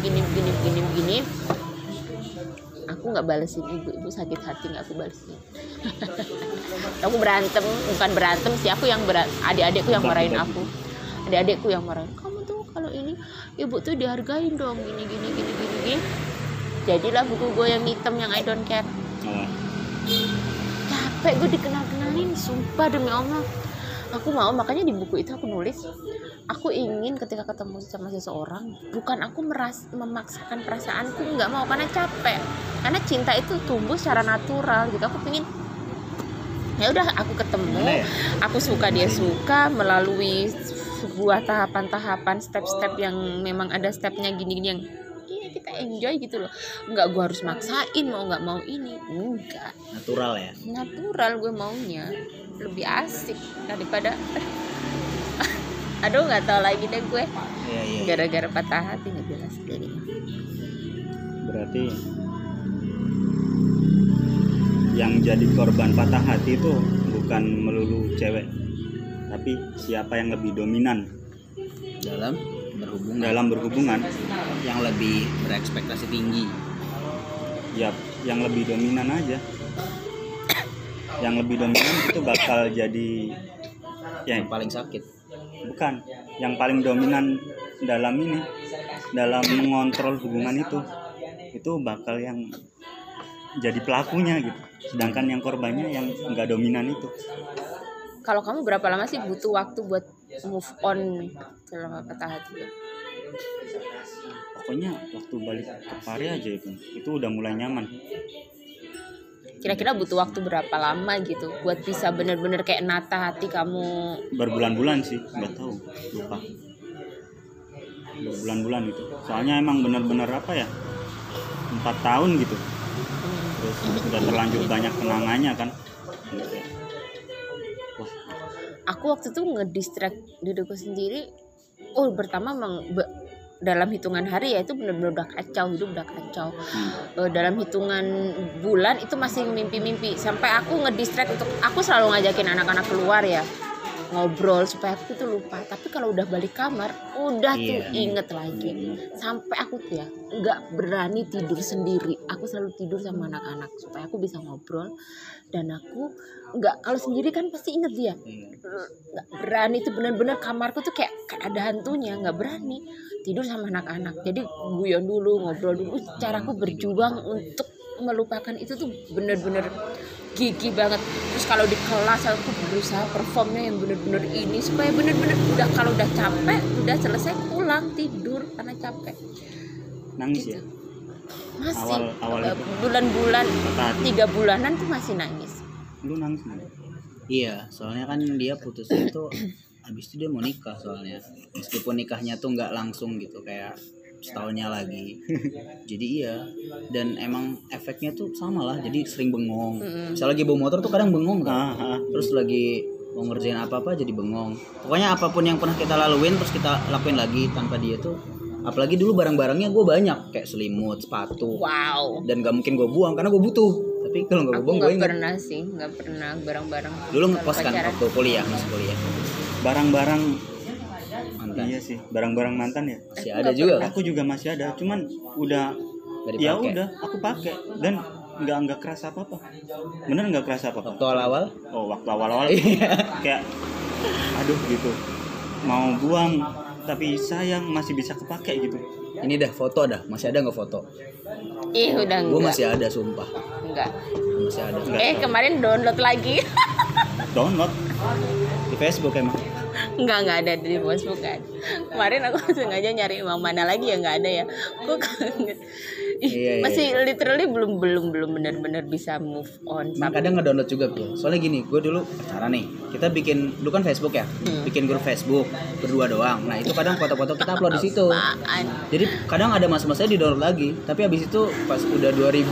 Aku nggak balesin ibu sakit hati, nggak aku balesin. Aku bukan berantem sih, aku yang adik-adikku yang marahin aku. Adik-adikku yang marahin, kamu tuh kalau ini ibu tuh dihargain dong, gini. Jadilah buku gue yang hitam yang I don't care. Capek gue dikenalin, sumpah demi Allah. Aku mau, makanya di buku itu aku nulis, aku ingin ketika ketemu sama seseorang, bukan aku memaksakan perasaanku, nggak mau, karena capek. Karena cinta itu tumbuh secara natural gitu. Aku pengen ya udah aku ketemu, aku suka dia suka melalui sebuah tahapan-tahapan, step-step yang memang ada stepnya gini-gini yang iya kita enjoy gitu loh. Nggak gue harus maksain mau nggak mau ini, enggak. Natural gue maunya, lebih asik daripada aduh nggak tahu lagi deh gue. Iya. Gara-gara patah hati nggak jelas jadinya. Berarti yang jadi korban patah hati itu bukan melulu cewek, tapi siapa yang lebih dominan dalam berhubungan yang yang lebih berekspektasi tinggi. ya yang lebih dominan aja. Yang lebih dominan itu bakal jadi ya Yang paling sakit. bukan yang paling dominan dalam mengontrol hubungan itu bakal yang jadi pelakunya gitu, sedangkan yang korbannya yang enggak dominan itu. Kalau kamu berapa lama sih butuh waktu buat move on selama patah hati? Pokoknya waktu balik ke Pare aja itu udah mulai nyaman. Kira-kira butuh waktu berapa lama gitu buat bisa bener-bener kayak nata hati kamu? Berbulan-bulan sih, nggak tahu, lupa. Berbulan-bulan itu. Soalnya emang benar-benar apa ya, 4 tahun gitu. Terus udah terlanjur banyak kenangannya kan. Wah, Aku waktu itu ngedistract diriku sendiri. Pertama dalam hitungan hari ya itu benar-benar udah kacau, hidup udah kacau. Dalam hitungan bulan itu masih mimpi-mimpi. Sampai aku ngedistract untuk, aku selalu ngajakin anak-anak keluar ya, ngobrol supaya aku tuh lupa. Tapi kalau udah balik kamar udah tuh inget lagi. Sampai aku tuh ya nggak berani tidur sendiri. Aku selalu tidur sama anak-anak supaya aku bisa ngobrol. Dan aku nggak, kalau sendiri kan pasti inget dia. Nggak berani tuh, bener-bener kamarku tuh kayak ada hantunya. Nggak berani tidur sama anak-anak. Jadi guyon dulu, ngobrol dulu. Caraku berjuang untuk melupakan itu tuh bener-bener gigi banget. Terus kalau di kelas aku berusaha performnya yang bener-bener ini supaya bener-bener udah, kalau udah capek udah selesai pulang tidur karena capek. nangis Gitu. ya. Masih Awal itu. bulan-bulan Patah hati. 3 bulanan tuh masih nangis. Lu nangis nggak? Iya, soalnya kan dia putusnya itu habis itu dia mau nikah soalnya. Meskipun nikahnya tuh nggak langsung gitu, kayak setahunnya lagi. Jadi iya, dan emang efeknya tuh sama lah, jadi sering bengong. Misal lagi bawa motor tuh kadang bengong kan. Terus lagi mau ngerjain apa-apa jadi bengong. Pokoknya apapun yang pernah kita laluin terus kita lakuin lagi tanpa dia tuh. Apalagi dulu barang-barangnya gue banyak, kayak selimut, sepatu. Wow. Dan gak mungkin gue buang karena gue butuh. Tapi kalau gak gue Aku buang gue nggak ingat. pernah sih, nggak pernah barang-barang. Dulu Kalau ngekos kan pacaran. waktu kuliah, masih kuliah. Barang-barang Mantan. iya sih, barang-barang mantan ya. Masih ada juga kan? Aku juga masih ada, cuman udah Gak ya dipakai. udah aku pakai dan nggak kerasa apa-apa. Bener nggak kerasa apa-apa. Waktu awal-awal Oh, waktu awal-awal kayak aduh gitu. Mau buang tapi sayang masih bisa kepake gitu. ini dah foto dah, masih ada nggak foto? Ih, udah Gue enggak. masih ada sumpah, Enggak. masih ada. Enggak. Kemarin download lagi. Download Di Facebook emang. Enggak ada di Facebook kan. Kemarin aku sengaja nyari emang mana lagi ya, nggak ada ya. Aku kangen. Iya. Masih literally belum benar-benar bisa move on. Emang kadang ngedownload juga Pil. Soalnya gini, gue dulu pacaran nih. Kita bikin, dulu kan Facebook ya, bikin grup Facebook berdua doang. Nah itu kadang foto-foto kita upload di situ. Apaan? Jadi kadang ada masa-masanya di download lagi. Tapi abis itu pas udah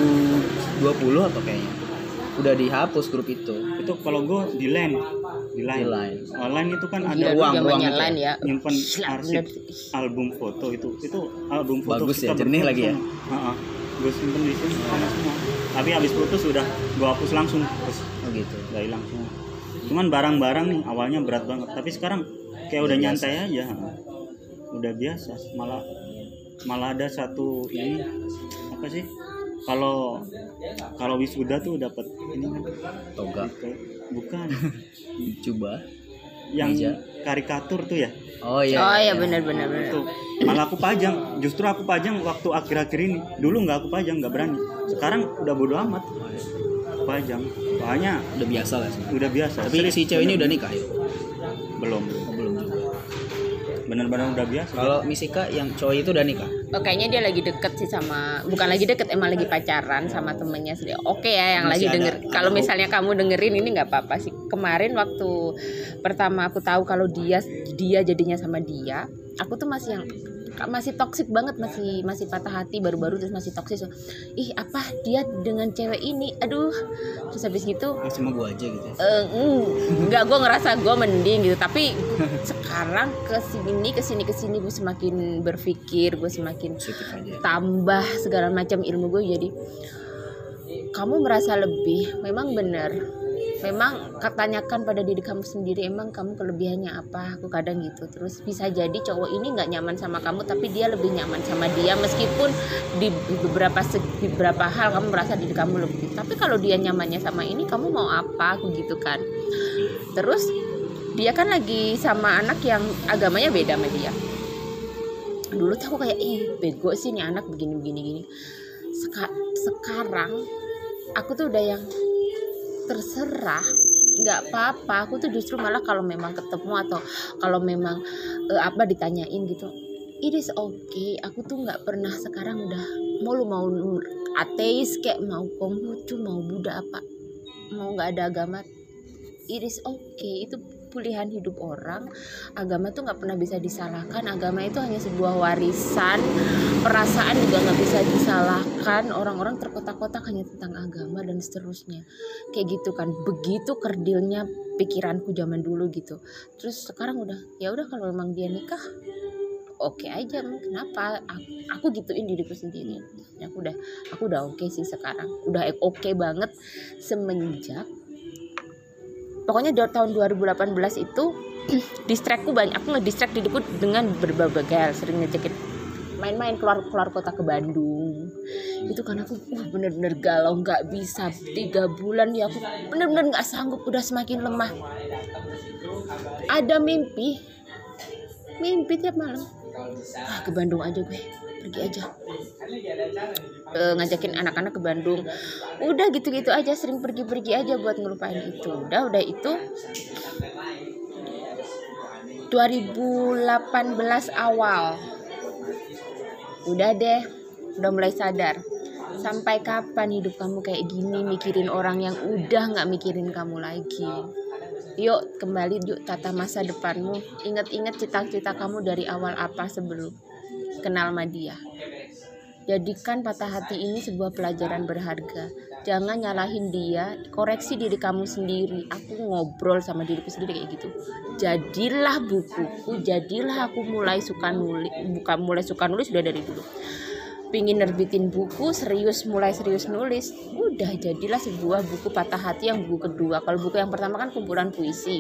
2020 apa kayaknya, udah dihapus grup itu. itu kalau gue di line. Di line. Online itu kan ada Gila, ruang zamannya gitu. lain ya. nyimpen Gila, arsip bener. album foto itu album foto Bagus ya, kita jernih berfoto lagi ya? semua. Gue simpen di sini semua. Tapi habis putus udah gue hapus langsung, terus Oh gitu. udah hilang semua. Cuman barang-barang nih awalnya berat banget, tapi sekarang kayak udah nyantai aja, udah biasa. Malah ada satu ini apa sih? Kalau wisuda tuh dapat ini kan? Toga. Bukan. Coba. Yang Meja. karikatur tuh ya. Oh Oh iya benar. Itu malah aku pajang, justru aku pajang waktu akhir-akhir ini. Dulu nggak aku pajang, nggak berani. Sekarang udah bodo amat, aku pajang. Soalnya Udah biasa lah sih. udah biasa. Tapi Serius, si cewek ini udah nikah ya? belum, Oh, belum juga. bener-bener udah biasa. Kalau Misika yang cowok itu udah nikah? Oh, kayaknya dia lagi deket sih sama, bukan lagi deket, emang lagi pacaran sama temennya sendiri. Oke ya, yang Masih lagi ada- denger. ada Kalau hope. misalnya kamu dengerin ini nggak apa-apa sih. Kemarin waktu pertama aku tahu kalau dia jadinya sama dia, aku tuh masih toksik banget, masih patah hati baru-baru, terus masih toksik. Ih, apa dia dengan cewek ini? Aduh. Terus habis gitu Sama gue aja gitu. enggak, gue ngerasa gue mending gitu, tapi sekarang kesini gue semakin berpikir, gue semakin Positif aja. tambah segala macam ilmu gue. Jadi kamu merasa lebih, memang benar, memang tanyakan pada diri kamu sendiri, emang kamu kelebihannya apa. Aku kadang gitu. Terus bisa jadi cowok ini nggak nyaman sama kamu, tapi dia lebih nyaman sama dia, meskipun di beberapa hal kamu merasa diri kamu lebih. Tapi kalau dia nyamannya sama ini, kamu mau apa? Aku gitu kan. Terus dia kan lagi sama anak yang agamanya beda sama dia. Dulu tuh aku kayak, bego sih nih anak begini. Sekarang aku tuh udah yang terserah, nggak apa-apa. Aku tuh justru malah kalau memang ketemu atau kalau memang ditanyain gitu, it is okay. Aku tuh nggak pernah, sekarang udah mau ateis kayak mau Konghucu mau Buddha apa mau nggak ada agama, it is okay. Itu pilihan hidup orang. Agama tuh nggak pernah bisa disalahkan. Agama itu hanya sebuah warisan. Perasaan juga nggak bisa disalahkan. Orang-orang terkotak-kotak hanya tentang agama dan seterusnya kayak gitu kan. Begitu kerdilnya pikiranku zaman dulu gitu. Terus sekarang udah ya udah, kalau memang dia nikah oke aja, kenapa aku gituin diriku sendiri. Aku udah oke sih sekarang, udah oke banget semenjak pokoknya dari tahun 2018 itu distrackku banyak. Aku ngedistract diriku dengan berbagai hal, sering ngejakin main-main keluar kota ke Bandung. Itu kan aku bener-bener galau, nggak bisa 3 bulan ya, aku bener-bener nggak sanggup, udah semakin lemah. Ada mimpi tiap malam, ke Bandung aja gue, pergi aja, ngajakin anak-anak ke Bandung. Udah gitu-gitu aja, sering pergi-pergi aja buat ngelupain itu. Udah itu 2018 awal udah mulai sadar. Sampai kapan hidup kamu kayak gini, mikirin orang yang udah gak mikirin kamu lagi. Yuk kembali, yuk tata masa depanmu. Ingat-ingat cita-cita kamu dari awal apa sebelum kenal sama dia. Jadikan patah hati ini sebuah pelajaran berharga. Jangan nyalahin dia, koreksi diri kamu sendiri. Aku ngobrol sama diriku sendiri kayak gitu. Jadilah bukuku, jadilah aku mulai suka nulis. Bukan mulai suka nulis, sudah dari dulu. Pingin nerbitin buku, mulai serius nulis. Udah jadilah sebuah buku patah hati yang buku kedua. Kalau buku yang pertama kan kumpulan puisi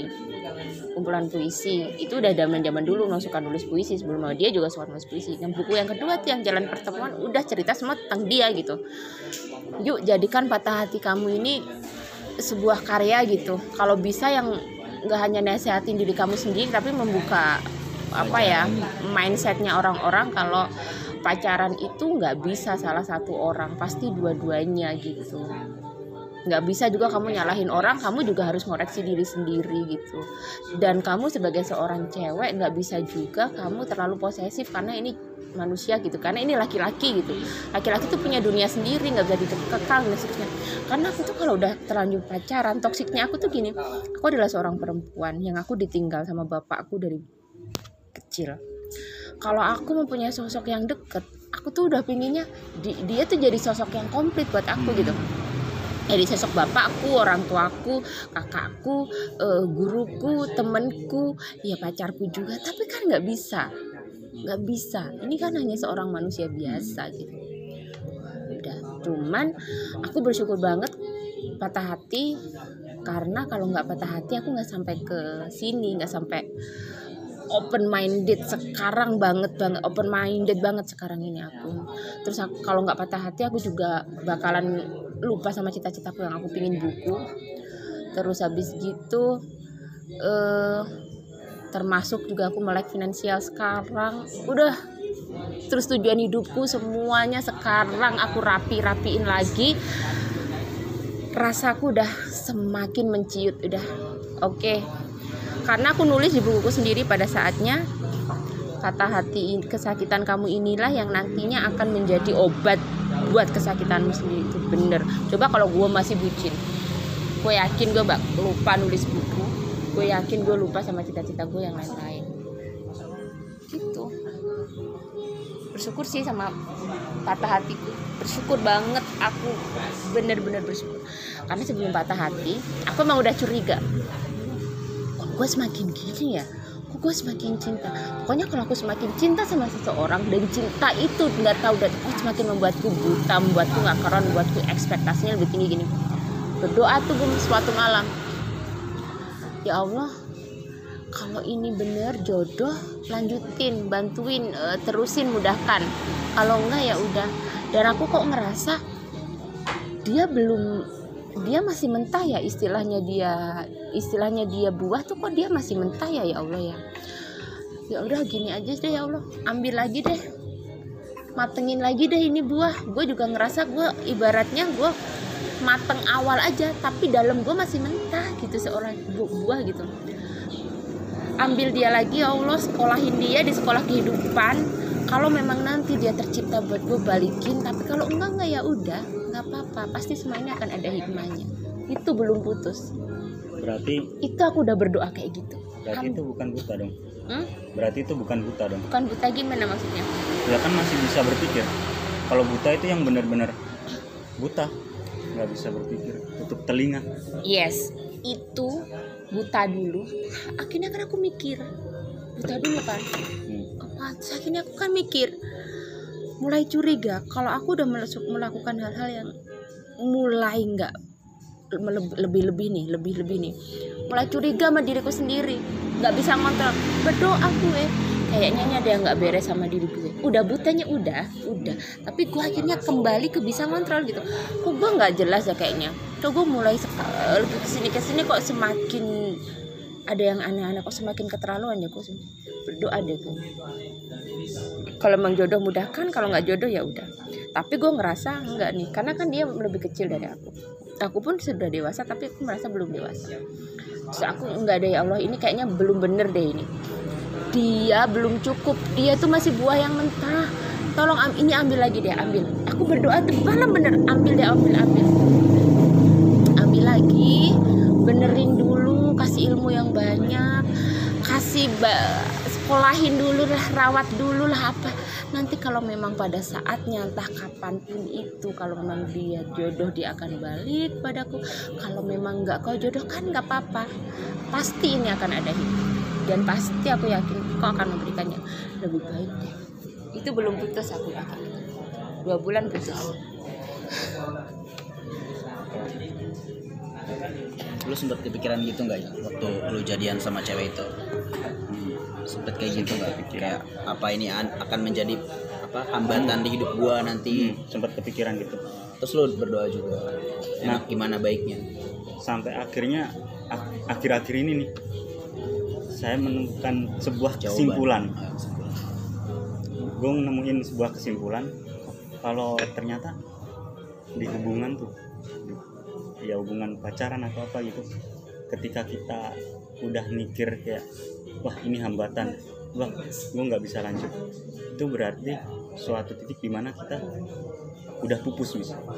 itu udah zaman dulu mau suka nulis puisi, sebelum dia juga suka nulis puisi. Dan buku yang kedua tuh yang Jalan Pertemuan udah cerita semua tentang dia gitu. Yuk jadikan patah hati kamu ini sebuah karya gitu. Kalau bisa yang nggak hanya nasehatin diri kamu sendiri, tapi membuka mindsetnya orang-orang kalau pacaran itu nggak bisa salah satu orang, pasti dua-duanya gitu. Nggak bisa juga kamu nyalahin orang, kamu juga harus ngoreksi diri sendiri gitu. Dan kamu sebagai seorang cewek nggak bisa juga kamu terlalu posesif, karena ini manusia gitu, karena ini laki-laki gitu. Laki-laki tuh punya dunia sendiri, nggak bisa dikekang dan seterusnya. Karena aku tuh kalau udah terlanjur pacaran, toksiknya aku tuh gini, aku adalah seorang perempuan yang aku ditinggal sama bapakku dari kecil. Kalau aku mempunyai sosok yang deket, aku tuh udah pinginnya dia tuh jadi sosok yang komplit buat aku gitu. Jadi sosok bapakku, orang tuaku, kakakku, guruku, temenku, ya pacarku juga. Tapi kan nggak bisa. Ini kan hanya seorang manusia biasa gitu. Udah, cuman aku bersyukur banget patah hati, karena kalau nggak patah hati aku nggak sampai ke sini, nggak sampai open minded sekarang open minded banget sekarang ini aku. Terus kalau nggak patah hati aku juga bakalan lupa sama cita-citaku yang aku pingin buku. Terus habis gitu termasuk juga aku melek finansial sekarang. Udah, terus tujuan hidupku semuanya sekarang aku rapiin lagi. Rasaku udah semakin menciut, udah oke. Karena aku nulis di bukuku sendiri pada saatnya, kata hati kesakitan kamu inilah yang nantinya akan menjadi obat buat kesakitanmu sendiri. Itu bener. Coba kalau gue masih bucin, gue yakin gue lupa nulis buku, gue yakin gue lupa sama cita-cita gue yang lain-lain gitu. Bersyukur sih sama patah hatiku, bersyukur banget, aku bener-bener bersyukur. Karena sebelum patah hati aku emang udah curiga, gue semakin gini ya, gue semakin cinta. Pokoknya kalau aku semakin cinta sama seseorang, dan cinta itu nggak tahu dan semakin membuatku buta, membuatku nggak keren, membuatku ekspektasinya lebih tinggi gini. Berdoa tuh gue suatu malam, ya Allah, kalau ini bener jodoh, lanjutin, bantuin, terusin, mudahkan. Kalau enggak ya udah. Dan aku kok ngerasa dia masih mentah ya, istilahnya dia buah tuh, kok dia masih mentah ya Allah ya. Ya udah gini aja deh ya Allah, ambil lagi deh, matengin lagi deh ini buah. Gue juga ngerasa gue ibaratnya gue mateng awal aja, tapi dalam gue masih mentah gitu, seorang buah gitu. Ambil dia lagi ya Allah, sekolahin dia di sekolah kehidupan. Kalau memang nanti dia tercipta buat gue, balikin. Tapi kalau enggak ya udah, nggak apa-apa. Pasti semuanya akan ada hikmahnya. Itu belum putus. Berarti Itu aku udah berdoa kayak gitu. berarti itu bukan buta dong. Berarti itu bukan buta dong. Bukan buta gimana maksudnya? Ya kan masih bisa berpikir. Kalau buta itu yang benar-benar buta, nggak bisa berpikir, tutup telinga. Yes, itu buta dulu. Akhirnya kan aku mikir, buta dulu kan. Akhirnya aku kan mikir, mulai curiga kalau aku udah melakukan hal-hal yang mulai nggak lebih-lebih nih, mulai curiga sama diriku sendiri, nggak bisa ngontrol. Berdoa gue, kayaknya ini ada yang nggak beres sama diri gue. Udah butanya udah, tapi gue akhirnya kembali ke bisa ngontrol gitu. Kok gue nggak jelas ya kayaknya. Kok gue mulai lebih kesini kok semakin ada yang aneh-aneh, kok semakin keterlaluan ya. Gue berdoa deh gue. Kalau memang jodoh mudahkan, kalau nggak jodoh ya udah. Tapi gue ngerasa enggak nih, karena kan dia lebih kecil dari aku. Aku pun sudah dewasa, tapi aku merasa belum dewasa. Terus aku enggak ada, ya Allah, ini kayaknya belum bener deh ini. Dia belum cukup, dia tuh masih buah yang mentah. Tolong ini ambil lagi deh, ambil. Aku berdoa tuh bener, ambil deh, ambil lagi, benerin dulu, kasih ilmu yang banyak, kasih sekolahin dulu lah, rawat dulu lah apa. Nanti kalau memang pada saatnya, entah kapanpun itu, kalau memang dia jodoh, dia akan balik padaku. Kalau memang nggak kau jodohkan, nggak apa-apa. Pasti ini akan ada hikmah. Dan pasti aku yakin kau akan memberikan yang lebih baik deh. Itu belum putus aku yakin. 2 bulan putus. Lu sempet kepikiran gitu nggak ya waktu lu jadian sama cewek itu? Sempet kayak gitu nggak? Kayak apa ini akan menjadi hambatan di hidup gua nanti? Sempet kepikiran gitu. Terus lu berdoa juga. Enak gimana baiknya? Sampai akhirnya akhir-akhir ini nih, saya menemukan sebuah kesimpulan. Gue nemuin sebuah kesimpulan kalau ternyata di hubungan tuh, ya hubungan pacaran atau apa gitu, ketika kita udah mikir kayak wah ini hambatan, wah gue nggak bisa lanjut, itu berarti suatu titik dimana kita udah pupus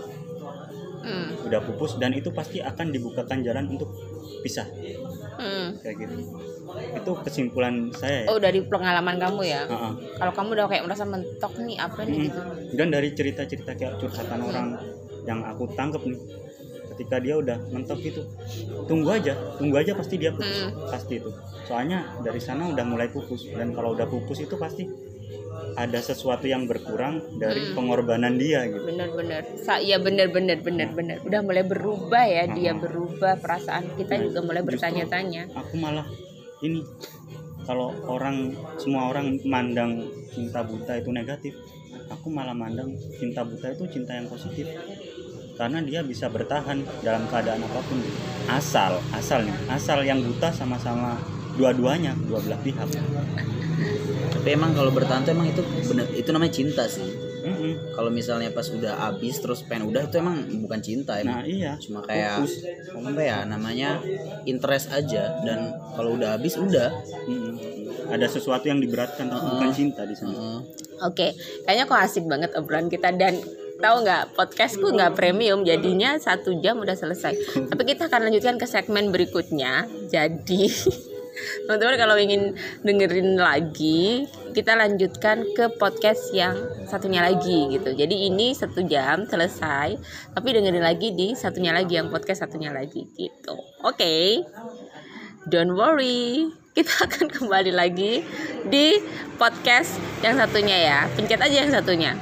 udah pupus, dan itu pasti akan dibukakan jalan untuk pisah. Kayak gitu. Itu kesimpulan saya ya. Oh, dari pengalaman kamu ya. Uh-uh. Kalau kamu udah kayak merasa mentok nih apa nih gitu. Dan dari cerita-cerita kayak curhatan orang yang aku tangkep nih, ketika dia udah mentok gitu, tunggu aja pasti dia pupus. Pasti itu. Soalnya dari sana udah mulai pupus, dan kalau udah pupus itu pasti ada sesuatu yang berkurang dari pengorbanan dia gitu. Bener. Iya bener. Udah mulai berubah ya, dia berubah, perasaan kita juga mulai bertanya-tanya. Aku malah ini, kalau semua orang mandang cinta buta itu negatif, aku malah mandang cinta buta itu cinta yang positif. Karena dia bisa bertahan dalam keadaan apapun. Asal yang buta sama-sama dua-duanya, dua belah pihak. Tapi emang kalau bertahan tuh emang itu bener, itu namanya cinta sih. Kalau misalnya pas udah habis terus pengen udah, itu emang bukan cinta emang. Nah iya, cuma kayak apa ya namanya, interest aja. Dan kalau udah habis udah. Ada sesuatu yang diberatkan, bukan cinta di sana. Oke, kayaknya kok asik banget obrolan kita, dan tahu nggak, podcastku nggak premium, jadinya 1 jam udah selesai. Tapi kita akan lanjutkan ke segmen berikutnya. Jadi teman-teman kalau ingin dengerin lagi, kita lanjutkan ke podcast yang satunya lagi gitu. Jadi ini 1 jam selesai, tapi dengerin lagi di satunya lagi, yang podcast satunya lagi gitu. Oke. Don't worry, kita akan kembali lagi di podcast yang satunya ya. Pencet aja yang satunya.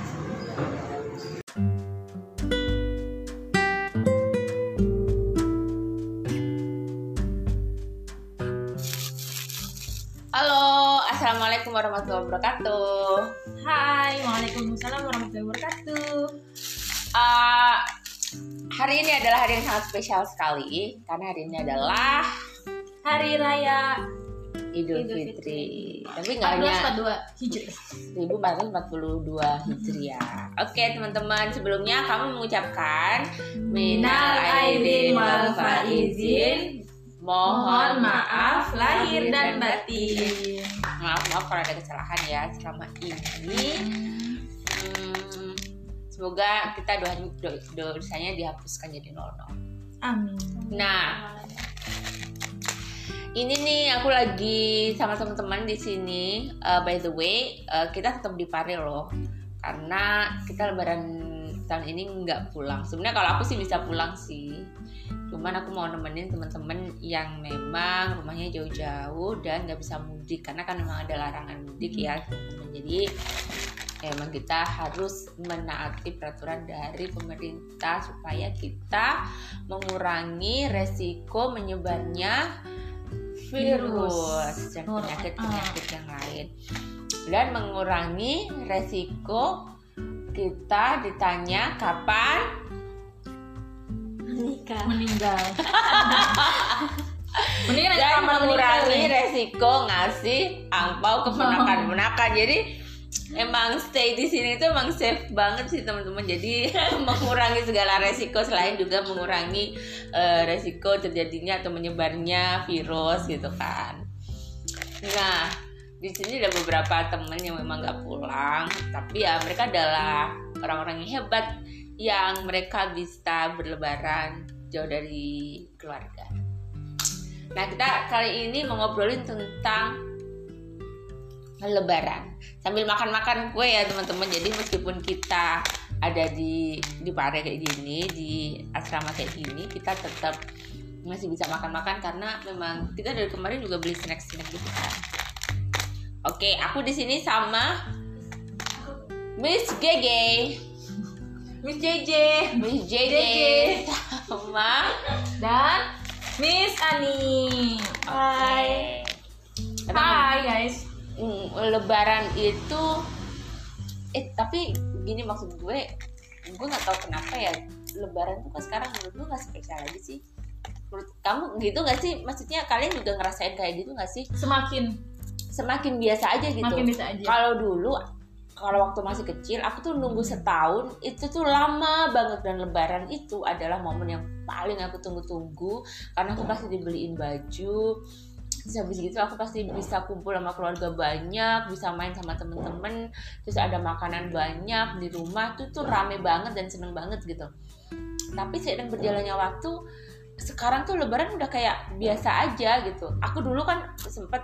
Assalamualaikum warahmatullahi wabarakatuh. Hai, waalaikumsalam warahmatullahi wabarakatuh. Hari ini adalah hari yang sangat spesial sekali, karena hari ini adalah Hari Raya Idul Fitri. Tapi nggak hanya 1442 Hijriah. 1442 Hijriah. Oke teman-teman, sebelumnya kami mengucapkan Minal aidin wal faizin. Mohon maaf lahir dan batin. Maaf kalau ada kesalahan ya selama ini. Semoga kita dosanya dihapuskan jadi 00. Amin. Nah, ini nih aku lagi sama teman-teman di sini. By the way, kita tetap di Pare loh, karena kita Lebaran tahun ini nggak pulang. Sebenarnya kalau aku sih bisa pulang sih, cuman aku mau nemenin teman-teman yang memang rumahnya jauh-jauh dan nggak bisa mudik, karena kan memang ada larangan mudik ya teman-teman. Jadi emang kita harus menaati peraturan dari pemerintah supaya kita mengurangi resiko menyebarnya virus dan penyakit-penyakit yang lain, dan mengurangi resiko kita ditanya kapan meninggal. Dan mengurangi resiko ngasih angpau ke ponakan-ponakan. Jadi emang stay di sini itu emang safe banget sih teman-teman. Jadi mengurangi segala resiko, selain juga mengurangi resiko terjadinya atau menyebarnya virus gitu kan. Nah, di sini ada beberapa temen yang memang nggak pulang, tapi ya mereka adalah orang-orang yang hebat yang mereka bisa berlebaran jauh dari keluarga. Nah, kita kali ini mau ngobrolin tentang Lebaran sambil makan-makan kue ya teman-teman. Jadi meskipun kita ada di Pare kayak gini, di asrama kayak gini, kita tetap masih bisa makan-makan karena memang kita dari kemarin juga beli snack-snack gitu kan. Oke, aku di sini sama Miss Gege, Miss JJ sama dan Miss Ani. Hai. Hai guys. Lebaran itu tapi gini, maksud gue nggak tahu kenapa ya Lebaran tuh kan sekarang menurut gue nggak spesial lagi sih. Menurut kamu gitu nggak sih? Maksudnya kalian juga ngerasain kayak gitu nggak sih? Semakin biasa aja gitu. Kalau dulu, kalau waktu masih kecil, aku tuh nunggu setahun itu tuh lama banget, dan Lebaran itu adalah momen yang paling aku tunggu-tunggu karena aku pasti dibeliin baju. Terus habis gitu aku pasti bisa kumpul sama keluarga banyak, bisa main sama temen-temen, terus ada makanan banyak di rumah, tuh rame banget dan seneng banget gitu. Tapi seiring berjalannya waktu, sekarang tuh Lebaran udah kayak biasa aja gitu. Aku dulu kan sempet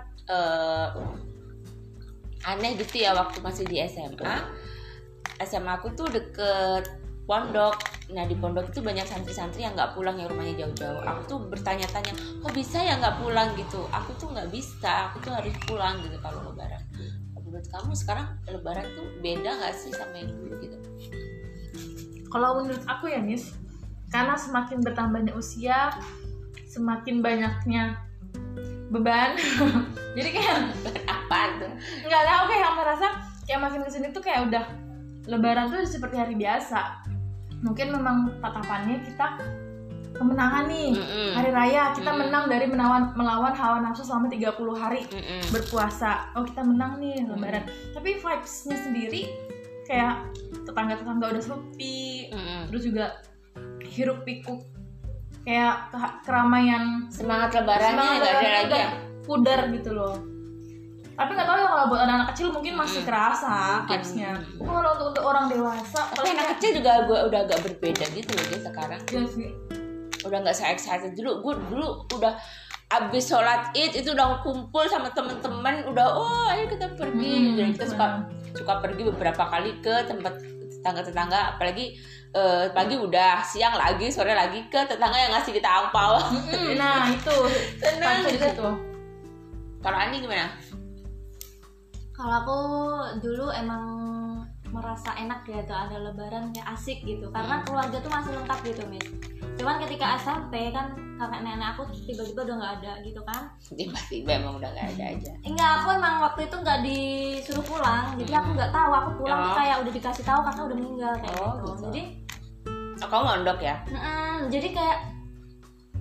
aneh gitu ya waktu masih di SMA aku tuh deket pondok. Nah di pondok itu banyak santri-santri yang nggak pulang, yang rumahnya jauh-jauh. Aku tuh bertanya-tanya, kok bisa ya nggak pulang gitu? Aku tuh nggak bisa, aku tuh harus pulang gitu kalau Lebaran. Menurut kamu sekarang Lebaran tuh beda nggak sih sama yang dulu gitu? Kalau menurut aku ya Miss, karena semakin bertambahnya usia, semakin banyaknya beban. Jadi kayak apa tuh? nggak tahu, kayak merasa kayak makin kesini tuh kayak udah Lebaran tuh seperti hari biasa. Mungkin memang tatapannya kita kemenangan nih, hari raya kita menang dari melawan hawa nafsu selama 30 hari berpuasa. Oh kita menang nih Lebaran. Tapi vibes-nya sendiri kayak tetangga-tetangga udah sepi, terus juga hiruk pikuk kayak keramaian, semangat Lebarannya nggak ada lagi ya, pudar gitu loh. Tapi nggak tahu ya, kalau buat anak-anak kecil mungkin masih kerasa vibes-nya. Kalau untuk orang dewasa, tapi anak kecil juga udah agak berbeda gitu loh dia sekarang. Udah nggak se-excited dulu. Gue dulu udah abis sholat Id itu udah kumpul sama temen-temen, udah ayo kita pergi. Dan kita suka pergi beberapa kali ke tempat tetangga-tetangga, apalagi pagi udah, siang lagi, sore lagi ke tetangga yang ngasih kita angpau. Nah itu senang gitu. Kalau Ani gimana? Kalau aku dulu emang merasa enak ya tuh ada Lebaran, kayak asik gitu karena keluarga tuh masih lengkap gitu Miss. Cuman ketika SMP kan kakek nenek aku tiba-tiba udah nggak ada gitu kan. Tiba-tiba emang udah nggak ada aja. Enggak, aku emang waktu itu nggak disuruh pulang, jadi aku nggak tahu, aku pulang tuh kayak udah dikasih tahu kakak udah meninggal kayak gitu. Jadi kamu mondok ya? Jadi kayak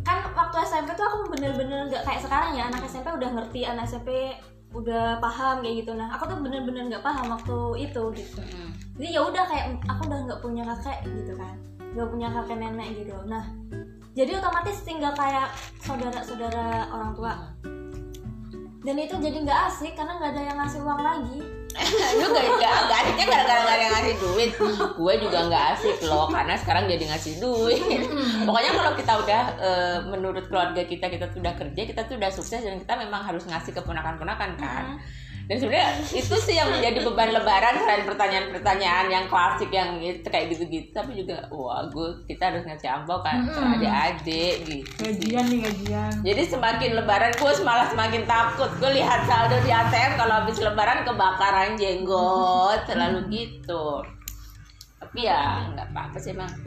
kan waktu SMP tuh aku bener-bener nggak kayak sekarang ya, anak SMP udah ngerti, anak SMP udah paham kayak gitu. Nah aku tuh bener-bener nggak paham waktu itu gitu. Jadi ya udah kayak aku udah nggak punya kakek gitu kan, nggak punya kakek nenek gitu. Nah jadi otomatis tinggal kayak saudara-saudara orang tua, dan itu jadi nggak asik karena nggak ada yang ngasih uang lagi. Lu gak asiknya gara-gara gak ada yang ngasih duit. Gue juga gak asik loh, karena sekarang jadi ngasih duit. Pokoknya kalau kita udah menurut keluarga kita tuh udah kerja, kita tuh udah sukses, dan kita memang harus ngasih ke ponakan-ponakan kan. Dan sebenarnya itu sih yang menjadi beban lebaran, selain pertanyaan-pertanyaan yang klasik yang kayak gitu-gitu, tapi juga kita harus ngasih amplop kan ke adik-adik gitu. Gajian. Jadi semakin lebaran gue malah semakin takut. Gue lihat saldo di ATM kalau habis lebaran kebakaran jenggot, selalu gitu. Tapi ya nggak apa-apa sih emang.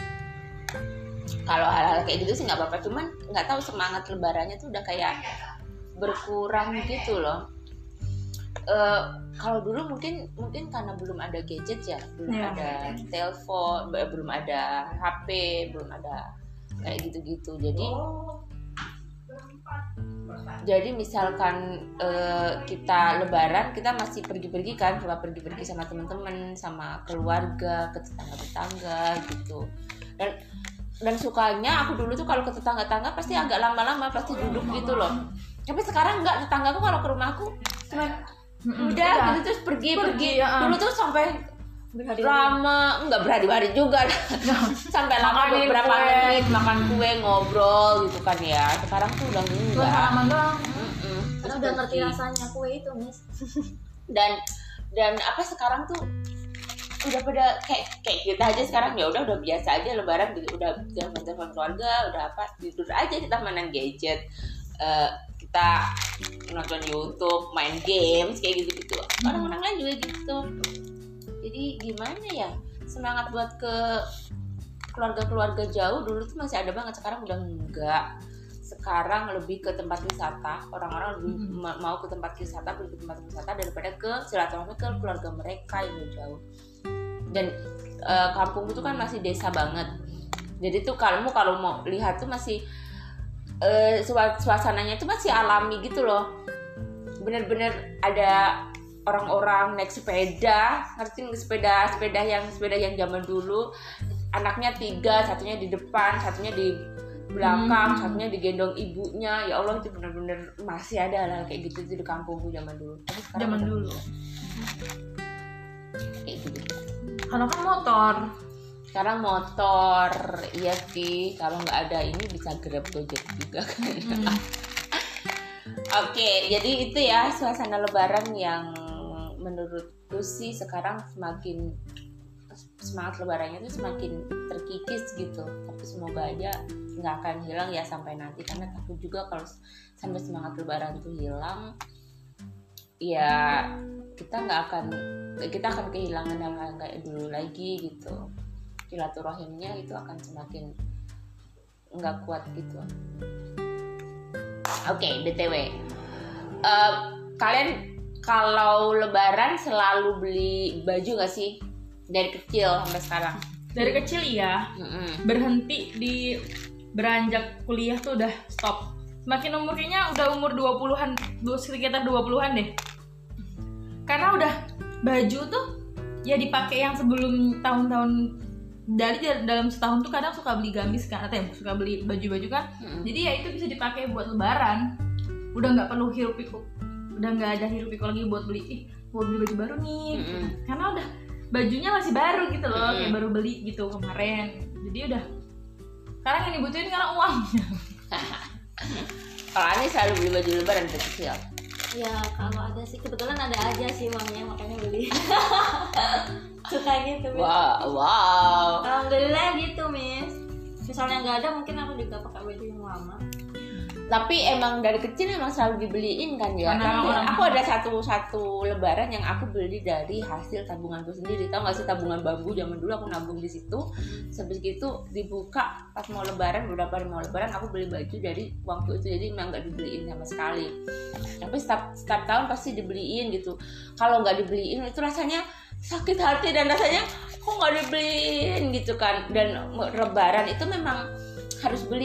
Kalau hal-hal kayak gitu sih nggak apa-apa. Cuman nggak tahu semangat lebarannya tuh udah kayak berkurang gitu loh. Kalau dulu mungkin karena belum ada gadget ya, belum ada telepon, belum ada HP, belum ada kayak gitu-gitu. Jadi misalkan kita lebaran, kita masih pergi-pergi kan, suka pergi-pergi sama teman-teman, sama keluarga, ke tetangga-tetangga gitu. Dan sukanya aku dulu tuh kalau ke tetangga-tetangga pasti agak lama-lama, pasti duduk gitu loh. Tapi sekarang enggak, tetanggaku kalau ke rumahku cuman udah gitu terus pergi. Dulu tuh sampai lama, enggak berhari-hari juga sampai lama beberapa menit makan kue, ngobrol gitu kan ya. Sekarang tuh udah enggak, salaman doang. Karena udah ngerti rasanya kue itu, Miss. Dan apa sekarang tuh udah pada kayak kita aja sekarang ya udah biasa aja lebaran gitu, udah telepon keluarga, udah apa tidur aja, kita mainan gadget, kita nonton YouTube, main games kayak gitu-gitu. Orang-orang lain juga gitu. Jadi gimana ya, semangat buat ke keluarga-keluarga jauh dulu tuh masih ada banget, sekarang udah enggak. Sekarang lebih ke tempat wisata, orang-orang lebih mau ke tempat wisata daripada ke silaturahmi ke keluarga mereka yang jauh. Dan kampung itu kan masih desa banget, jadi tuh kalau mau lihat tuh masih suasananya itu masih alami gitu loh. Bener-bener ada orang-orang naik sepeda, ngerti sepeda yang zaman dulu, anaknya 3, satunya di depan, satunya di belakang, satunya digendong ibunya. Ya Allah, itu bener-bener masih ada hal kayak gitu di kampungku zaman dulu. Zaman dulu. Kayak gitu. Kalau kan motor. Sekarang motor, iya sih. Kalau nggak ada ini bisa Grab, Gojek juga kan. Oke, jadi itu ya suasana lebaran yang menurutku sih sekarang semakin semangat lebarannya tuh semakin terkikis gitu. Tapi semoga aja nggak akan hilang ya sampai nanti, karena takut juga kalau sampai semangat lebaran tuh hilang, ya kita akan kehilangan hal-hal kayak dulu lagi gitu. Silaturahimnya itu akan semakin nggak kuat gitu. Oke, BTW, kalian kalau lebaran selalu beli baju nggak sih dari kecil sampai sekarang? Dari kecil iya. Berhenti di beranjak kuliah tuh udah stop. Semakin umur kayaknya udah umur 20-an, sekitar 20-an deh. Karena udah baju tuh ya dipakai yang sebelum tahun-tahun, dari dalam setahun tuh kadang suka beli gamis kan, atau suka beli baju-baju kan. Jadi ya itu bisa dipakai buat lebaran. Udah nggak perlu hiruk pikuk, udah nggak ada hiruk pikuk lagi buat beli baju baru nih. Karena udah bajunya masih baru gitu loh, kayak baru beli gitu kemarin. Jadi udah sekarang yang dibutuhin karena uangnya. Kalau Ani selalu beli baju lebaran dari kecil. Ya kalau ada sih, kebetulan ada aja sih uangnya, makanya beli. Suka gitu. Wow. Alhamdulillah gitu, Miss. Misalnya nggak ada, mungkin aku juga pakai baju yang lama. Tapi emang dari kecil emang selalu dibeliin kan ya. Tapi aku ada satu lebaran yang aku beli dari hasil tabunganku sendiri. Tahu nggak sih tabungan bambu zaman dulu, aku nabung di situ. Habis itu dibuka pas mau lebaran, beberapa hari mau lebaran aku beli baju dari uangku itu. Jadi emang nggak dibeliin sama sekali. Tapi setiap tahun pasti dibeliin gitu. Kalau nggak dibeliin itu rasanya sakit hati, dan rasanya kok nggak dibeliin gitu kan. Dan lebaran itu memang harus beli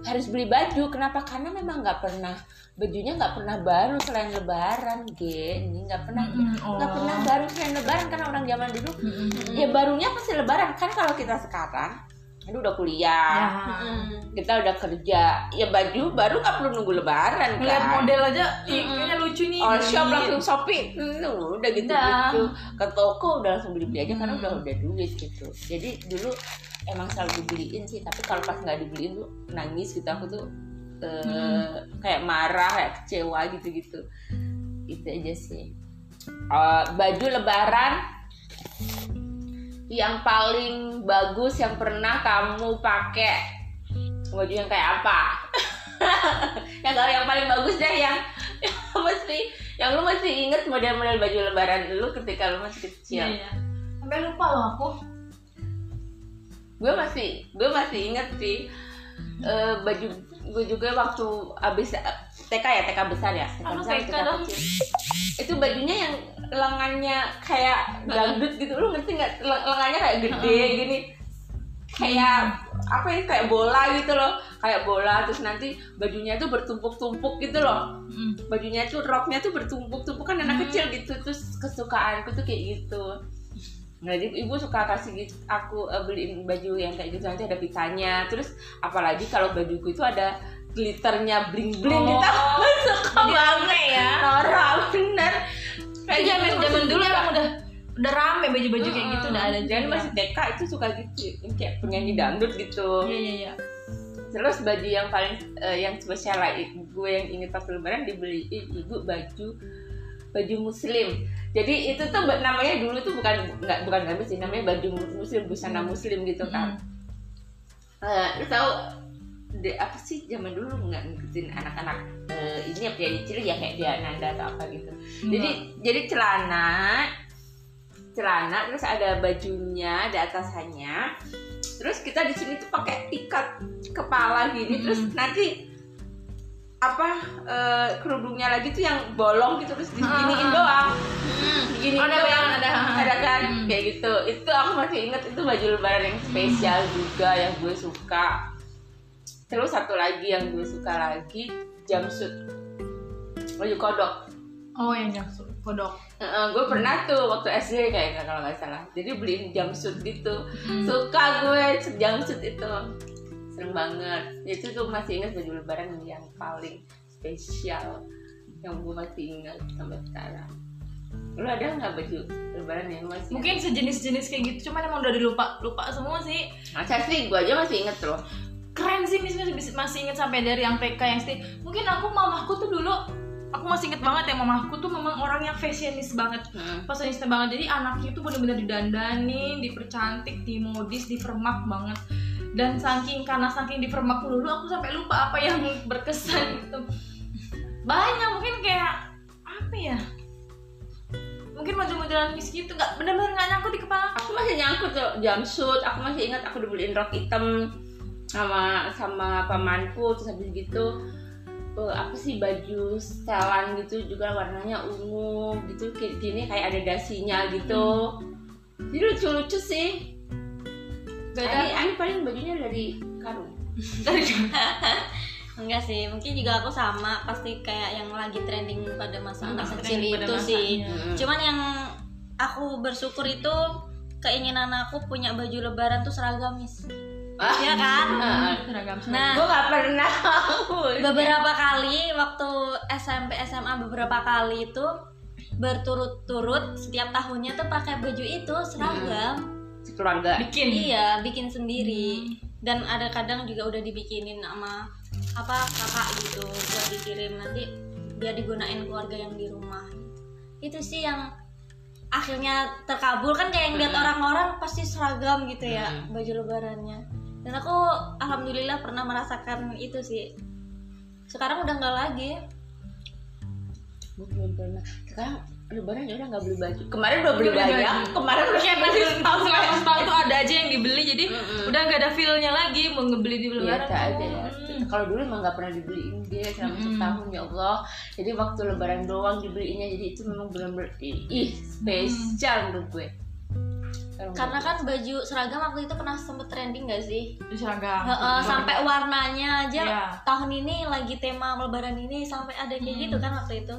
harus beli baju. Kenapa? Karena memang bajunya nggak pernah baru selain Lebaran, ini nggak pernah baru selain Lebaran karena orang zaman dulu ya barunya pasti Lebaran. Kan kalau kita sekarang aduh udah kuliah, kita udah kerja, ya baju baru nggak perlu nunggu Lebaran kan. Lihat model aja, kayaknya lucu nih. All shop langsung shopping, udah gitu. Ke toko udah langsung beli aja karena udah duit gitu. Jadi dulu emang selalu dibeliin sih, tapi kalau pas nggak dibeliin tuh nangis gitu aku tuh kayak marah, kayak kecewa gitu. Itu aja sih. Baju Lebaran yang paling bagus yang pernah kamu pakai, baju yang kayak apa? yang paling bagus deh, yang lu masih inget model-model baju Lebaran dulu ketika lu masih kecil. Iya. Sampai lupa loh aku. Gue masih inget sih baju gue juga waktu abis TK besar ya, TK kecil. Itu bajunya yang lengannya kayak dangdut gitu, lu ngerti nggak? Lengannya kayak gede gini, kayak apa ya, kayak bola gitu loh, kayak bola. Terus nanti bajunya tuh bertumpuk-tumpuk gitu loh, bajunya tuh roknya tuh bertumpuk-tumpuk kan anak kecil gitu. Terus kesukaanku tuh kayak gitu. Nah, jadi ibu suka kasih gitu, aku beliin baju yang kayak gitu, nanti ada pitanya. Terus apalagi kalau bajuku itu ada glitternya, bling-bling gitu. Suka banget ya. Norak bener. Kayak zaman dulu emang udah rame baju-baju kayak gitu, udah ada. Dan masih TK itu suka gitu, kayak penyanyi dangdut gitu. Iya. Terus baju yang paling yang spesial lah, gue yang inget pas Lebaran dibeliin ibu baju muslim. Jadi itu tuh namanya dulu tuh bukan gamis sih, namanya baju muslim, busana muslim gitu kan. Lu tahu apa sih zaman dulu nggak ngikutin anak-anak ini apa ya, cilik ya kayak dia Nanda atau apa gitu. Jadi celana terus ada bajunya, ada atasannya. Terus kita di sini tuh pakai ikat kepala gini, terus nanti kerudungnya lagi tuh yang bolong gitu, terus diginiin doang. Ada kan kayak gitu. Itu aku masih inget, itu baju Lebaran yang spesial juga yang gue suka. Terus satu lagi yang gue suka lagi, jumpsuit, baju kodok. Oh, yang jumpsuit kodok. Gue pernah tuh waktu SD kayaknya kalau nggak salah. Jadi beliin jumpsuit gitu. Suka gue jumpsuit itu, seneng banget. Itu tuh masih ingat baju Lebaran yang paling spesial yang gue masih ingat sampai sekarang. Lu ada nggak baju Lebaran yang masih? Mungkin sejenis kayak gitu, cuman emang udah lupa semua sih. Masa sih, gue aja masih inget loh. Keren sih, masih inget sampai dari yang TK yang SD. Mungkin mamaku tuh dulu, aku masih inget banget ya, mamaku tuh memang orang yang fashionist banget, fashionista banget. Jadi anaknya tuh bener-bener didandanin, dipercantik, dimodis, dipermak banget. Dan saking dipermak dulu, aku sampai lupa apa yang berkesan gitu. Banyak, mungkin kayak apa ya? Mungkin model-modelan Miss gitu, bener-bener nggak nyangkut di kepala. Aku masih nyangkut tuh jumpsuit. Aku masih ingat aku dibeliin rok hitam sama pamanku. Terus habis gitu apa sih, baju setelan gitu juga warnanya ungu gitu, kayak gini, kayak ada dasinya gitu. Jadi lucu-lucu sih. Ani paling bajunya dari karung. Enggak sih, mungkin juga aku sama, pasti kayak yang lagi trending pada masa anak kecil itu sih. Cuman yang aku bersyukur itu keinginan aku punya baju Lebaran tuh seragam, Miss. Iya kan? Seragam. Nah, gue gak pernah. Beberapa kali waktu SMP SMA beberapa kali itu berturut-turut setiap tahunnya tuh pakai baju itu seragam. Keluarga. Bikin sendiri. Dan ada kadang juga udah dibikinin sama kakak gitu, buat dikirim nanti biar digunain keluarga yang di rumah. Itu sih yang akhirnya terkabul kan, kayak yang lihat orang-orang pasti seragam gitu ya baju Lebarannya. Dan aku alhamdulillah pernah merasakan itu sih. Sekarang udah nggak lagi. Gue belum pernah. Sekarang Lebaran ya udah nggak beli baju. Kemarin udah beli banyak. Kemarin udah beli Pas tuh ada aja yang dibeli, jadi udah nggak ada feel-nya lagi mau ngebeli di Lebaran. Biasa aja ya. Kalau dulu emang nggak pernah dibeliin dia selama setahun, ya Allah. Jadi waktu Lebaran doang dibeliinnya, jadi itu memang benar-benar spesial menurut gue. Karena kan baju seragam waktu itu pernah sempet trending gak sih? Di seragam. Sampai warnanya aja Iya. tahun ini lagi tema lebaran ini sampai ada kayak gitu kan waktu itu.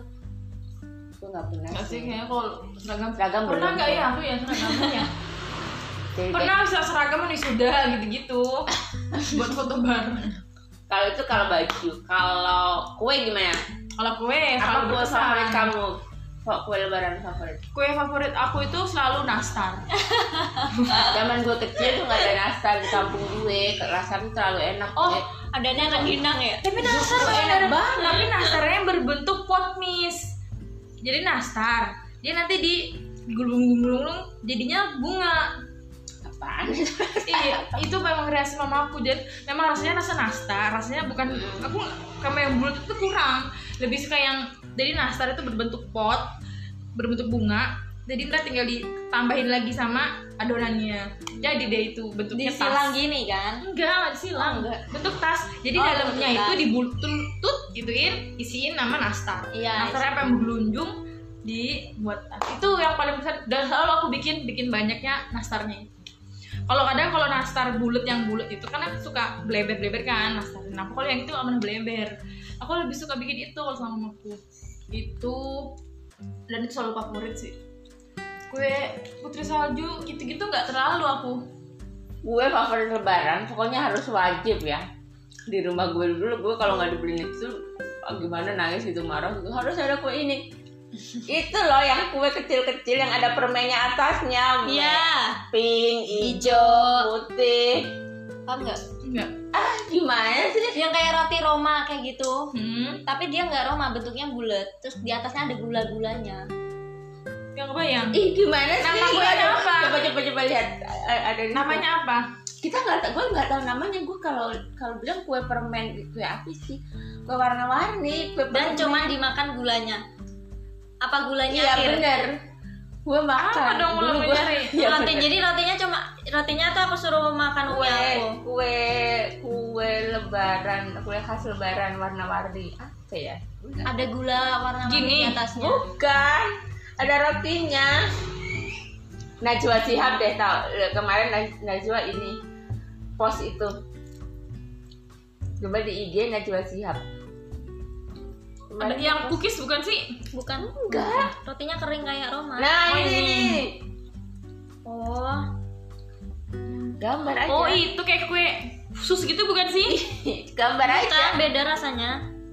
Gue nggak pernah Nggak sih kayaknya kalau seragam. Seragam Pernah belum. nggak ya aku ya seragamnya? Jadi Pernah bisa seragam wisuda gitu-gitu. Buat foto bareng. kalau itu kalau baju, kalau kue gimana? Kalau kue Apa selalu kue berkesan. favorit kamu? Kue lebaran favorit? Kue favorit aku itu selalu nastar. Zaman gue kecil tuh nggak ada nastar di kampung gue, rasanya terlalu enak. Oh, Gue. Adanya rengginang ya. Tapi nastar Enak enak banget. banget. Tapi nastarnya berbentuk pot miss. Jadi nastar, dia nanti di gulung-gulung jadinya bunga. Apaan? Iya, itu memang kreasi mamaku. Jadi memang rasanya rasa nastar, rasanya bukan aku sama yang bulat itu kurang. Lebih suka yang jadi nastar itu berbentuk pot, berbentuk bunga. Jadi kita tinggal ditambahin lagi sama adonannya. Jadi deh itu bentuknya Disilang tas. gini kan. Enggak disilang, Oh, enggak. bentuk tas. Jadi Oh, dalamnya bentuk itu tas. dibultut gituin, isiin nama nastar. Iya. Nastarnya apa yang bergelunjung dibuat tas. Itu yang paling besar dan selalu aku bikin banyaknya nastarnya. Kalau nastar bulat yang bulat itu kan aku suka bleber-bleber kan nastar. Nah, kalau yang itu aman bleber. Aku lebih suka bikin itu kalau sama mamaku. Itu dan itu selalu favorit sih. Kue putri salju gitu-gitu nggak terlalu aku. Gue favorit lebaran, pokoknya harus wajib ya. Di rumah gue dulu, gue kalau nggak dibeliin itu gimana nangis gitu, marah gitu. Harus ada kue ini. Itu loh yang kue kecil-kecil yang ada permennya atasnya. Iya. Pink, hijau, putih. Paham nggak? Enggak. Gimana sih? Yang kayak roti Roma kayak gitu. Tapi Tapi dia nggak Roma, bentuknya bulat. Terus di atasnya ada gula-gulanya. nggak kebayang. Ih, gimana sih? Nama kuenya apa? Coba lihat. Ada di Namanya apa? kita gue nggak tahu namanya. Gue kalau bilang kue permen, kue apa sih? Kue warna-warni. Kue Dan permen. cuman dimakan gulanya. Apa gulanya Iya akhir? bener. Gue makan. Apa dong Dulu lo gua- nyari? Iya, Roti, bener. jadi rotinya tuh aku suruh makan kue aku. kue lebaran, kue khas lebaran warna-warni apa ya? Ada gula warna Gini. di atasnya. Bukan, ada rotinya. Najwa Shihab deh tau. Kemarin Najwa ini post itu. Coba di IG Najwa Shihab. Ada yang cookies bukan sih? Bukan. Enggak. Rotinya kering kayak Roma. Nah Oh, ini. ini. Oh, Gambar aja. Oh itu kayak kue sus gitu bukan sih? Gambar aja. bukan, beda rasanya.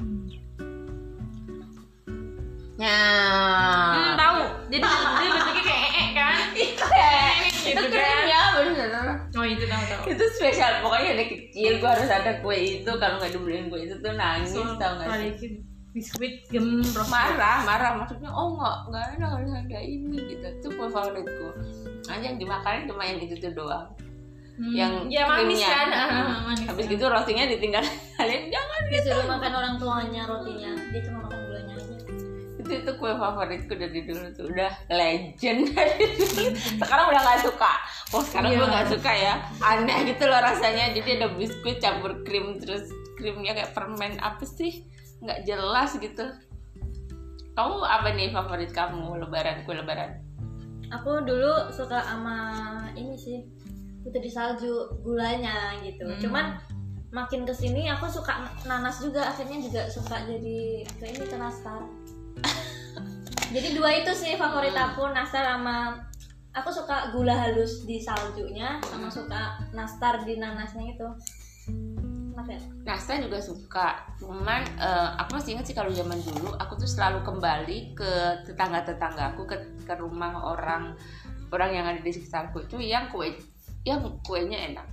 Nah. Tahu. Jadi dia bentuknya kayak kan? Itu Gitu kan? keren ya bener. Oh itu tahu. Itu spesial, pokoknya dari kecil gue harus ada kue itu. Kalau nggak dibeliin kue itu tuh nangis, tau nggak sih? Biskuit gem Marah maksudnya, oh nggak ada, harus ada ini gitu. Itu kue favoritku. Aja yang dimakanin cuma yang itu tuh doang. Yang ya manis krimnya. kan? Manis. Habis gitu rotinya ditinggal kalian jangan. Disuruh makan orang tuanya rotinya. Dia cuma makan gulanya aja. Itu kue favoritku dari dulu tuh, udah legend dari dulu. Sekarang udah nggak suka. Sekarang Iya. gue nggak suka ya, aneh gitu loh rasanya. Jadi ada biskuit campur krim, terus krimnya kayak permen apa sih, nggak jelas gitu. Kamu apa nih favorit kamu lebaran, kue lebaran? Aku dulu suka sama ini sih, putri salju gulanya gitu. Cuman makin kesini aku suka nanas juga, akhirnya juga suka jadi ke ini ke nastar. Jadi dua itu sih favorit aku, nastar sama aku suka gula halus di saljunya, sama suka nastar di nanasnya itu. Enak ya? Nastar juga suka, cuman aku masih ingat sih kalau zaman dulu aku tuh selalu kembali ke tetangga-tetanggaku, ke rumah orang yang ada di sekitarku itu yang kuenya enak.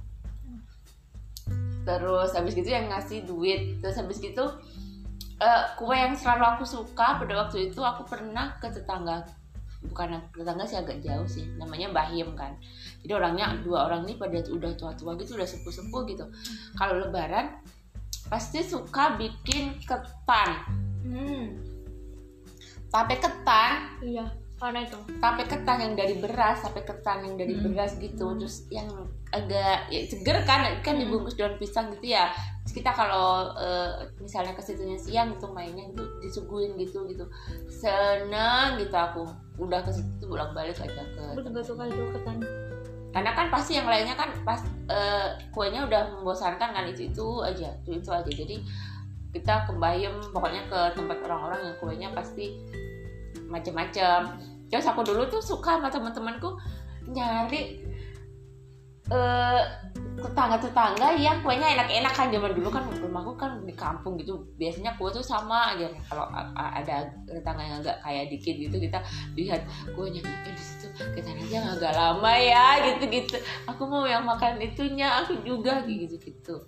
Terus habis gitu yang ngasih duit, terus habis gitu kue yang selalu aku suka pada waktu itu, aku pernah ke tetangga, bukan tetangga sih, agak jauh sih, namanya Bahim kan. Jadi orangnya, dua orang ini pada udah tua-tua gitu, udah sepuh-sepuh gitu. Kalau lebaran pasti suka bikin ketan. Tape ketan, Iya, karena itu. tape ketan yang dari beras, tape ketan yang dari beras gitu. Terus yang agak ya, seger kan dibungkus daun pisang gitu ya. Terus kita kalau misalnya ke situnya siang gitu mainnya itu disuguhin gitu. Seneng gitu aku. Udah ke situ bolak-balik aja ke. Aku juga suka itu ketan. Karena kan pasti yang lainnya kan pas kuenya udah membosankan kan, itu aja. Jadi kita kebayang pokoknya ke tempat orang-orang yang kuenya pasti macam-macam. Terus aku dulu tuh suka sama teman-temanku nyari tetangga-tetangga yang kuenya enak-enak kan. Zaman dulu kan rumahku kan di kampung gitu, biasanya kue tuh sama aja. Kalau ada tetangga yang agak kayak dikit gitu, kita lihat kuenya di situ, kita aja agak lama ya gitu. Aku mau yang makan itunya, aku juga gitu.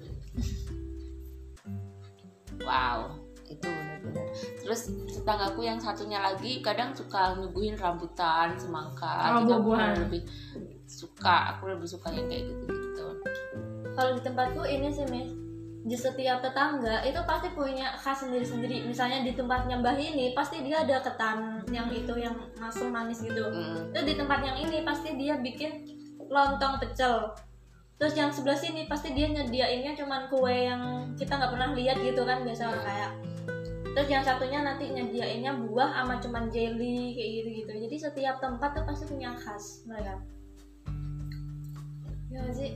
Wow, itu benar-benar. Terus tetanggaku yang satunya lagi kadang suka nyuguhin rambutan, semangka. Buah-buahan. Aku lebih suka yang kayak gitu. Kalau di tempatku ini sih Miss, di setiap tetangga itu pasti punya khas sendiri-sendiri. Misalnya di tempatnya Mbah ini pasti dia ada ketan yang itu yang masuk manis gitu. Terus di tempat yang ini pasti dia bikin lontong pecel. Terus yang sebelah sini pasti dia nyediainnya cuman kue yang kita nggak pernah lihat gitu kan, biasa kayak. Terus yang satunya nanti nyediainnya buah sama cuman jelly kayak gitu. Jadi setiap tempat tuh pasti punya khas mereka. Ya sih.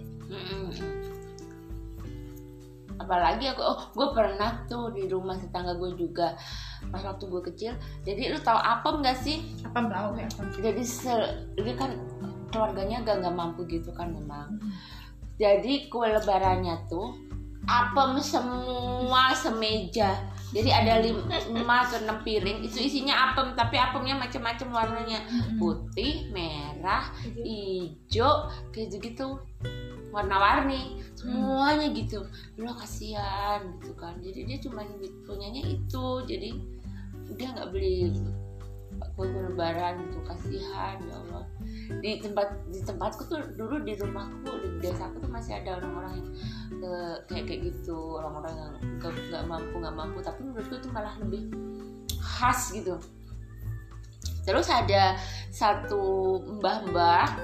Apalagi gue pernah tuh di rumah tetangga gue juga pas waktu gue kecil. Jadi lu tahu apem nggak sih? Apem tahu ya. Jadi dia kan keluarganya agak nggak mampu gitu kan memang. Jadi kue lebarannya tuh apem semua semeja. Jadi ada 5 atau 6 piring, itu isinya apem, tapi apemnya macam-macam warnanya, putih, merah, hijau, kayak gitu, warna-warni, semuanya gitu. Lu kasihan gitu kan. Jadi dia cuma punyanya itu, jadi dia nggak beli kue lebaran gitu, kasihan ya Allah. Di tempatku tuh dulu, di rumahku, di desaku tuh masih ada orang-orang yang kayak gitu, orang-orang yang nggak mampu, tapi menurutku itu malah lebih khas gitu. Terus ada satu mbah-mbah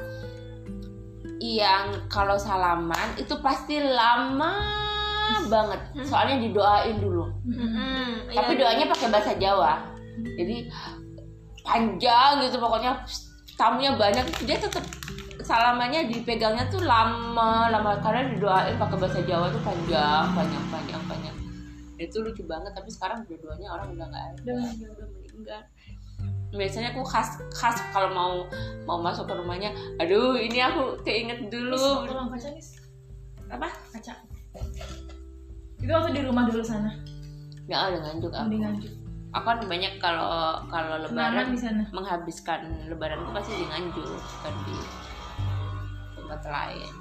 yang kalau salaman itu pasti lama banget, soalnya didoain dulu. Tapi doanya pakai bahasa Jawa, jadi panjang gitu, pokoknya tamunya banyak, dia tetap salamannya dipegangnya tuh lama karena didoain pakai bahasa Jawa tuh panjang. Itu lucu banget, tapi sekarang dua-duanya orang udah nggak ada, udah meninggal. Biasanya aku khas kalau mau masuk ke rumahnya, aduh ini aku keinget dulu. Tolong kaca nih. Apa? Kaca. Itu waktu di rumah dulu sana. Ya udah nganjuk aku. Di Nganjuk. Aku kan banyak kalau lebaran di sana. menghabiskan lebaran itu pasti di Nganjuk, bukan di tempat lain.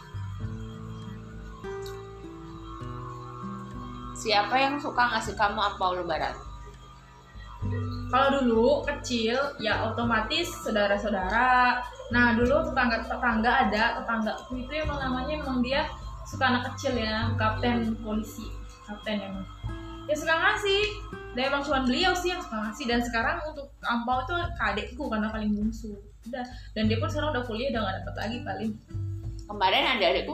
Siapa yang suka ngasih kamu ampau lebaran? Kalau dulu kecil ya otomatis saudara-saudara. Nah dulu tetanggaku itu emang namanya dia suka anak kecil ya, kapten polisi, kapten emang. Ya suka ngasih. Dan emang cuma beliau sih yang suka ngasih. Dan sekarang untuk ampau itu ke adekku karena paling bungsu. Udah. Dan dia pun sekarang udah kuliah, udah gak dapet lagi paling. Kemarin ada adekku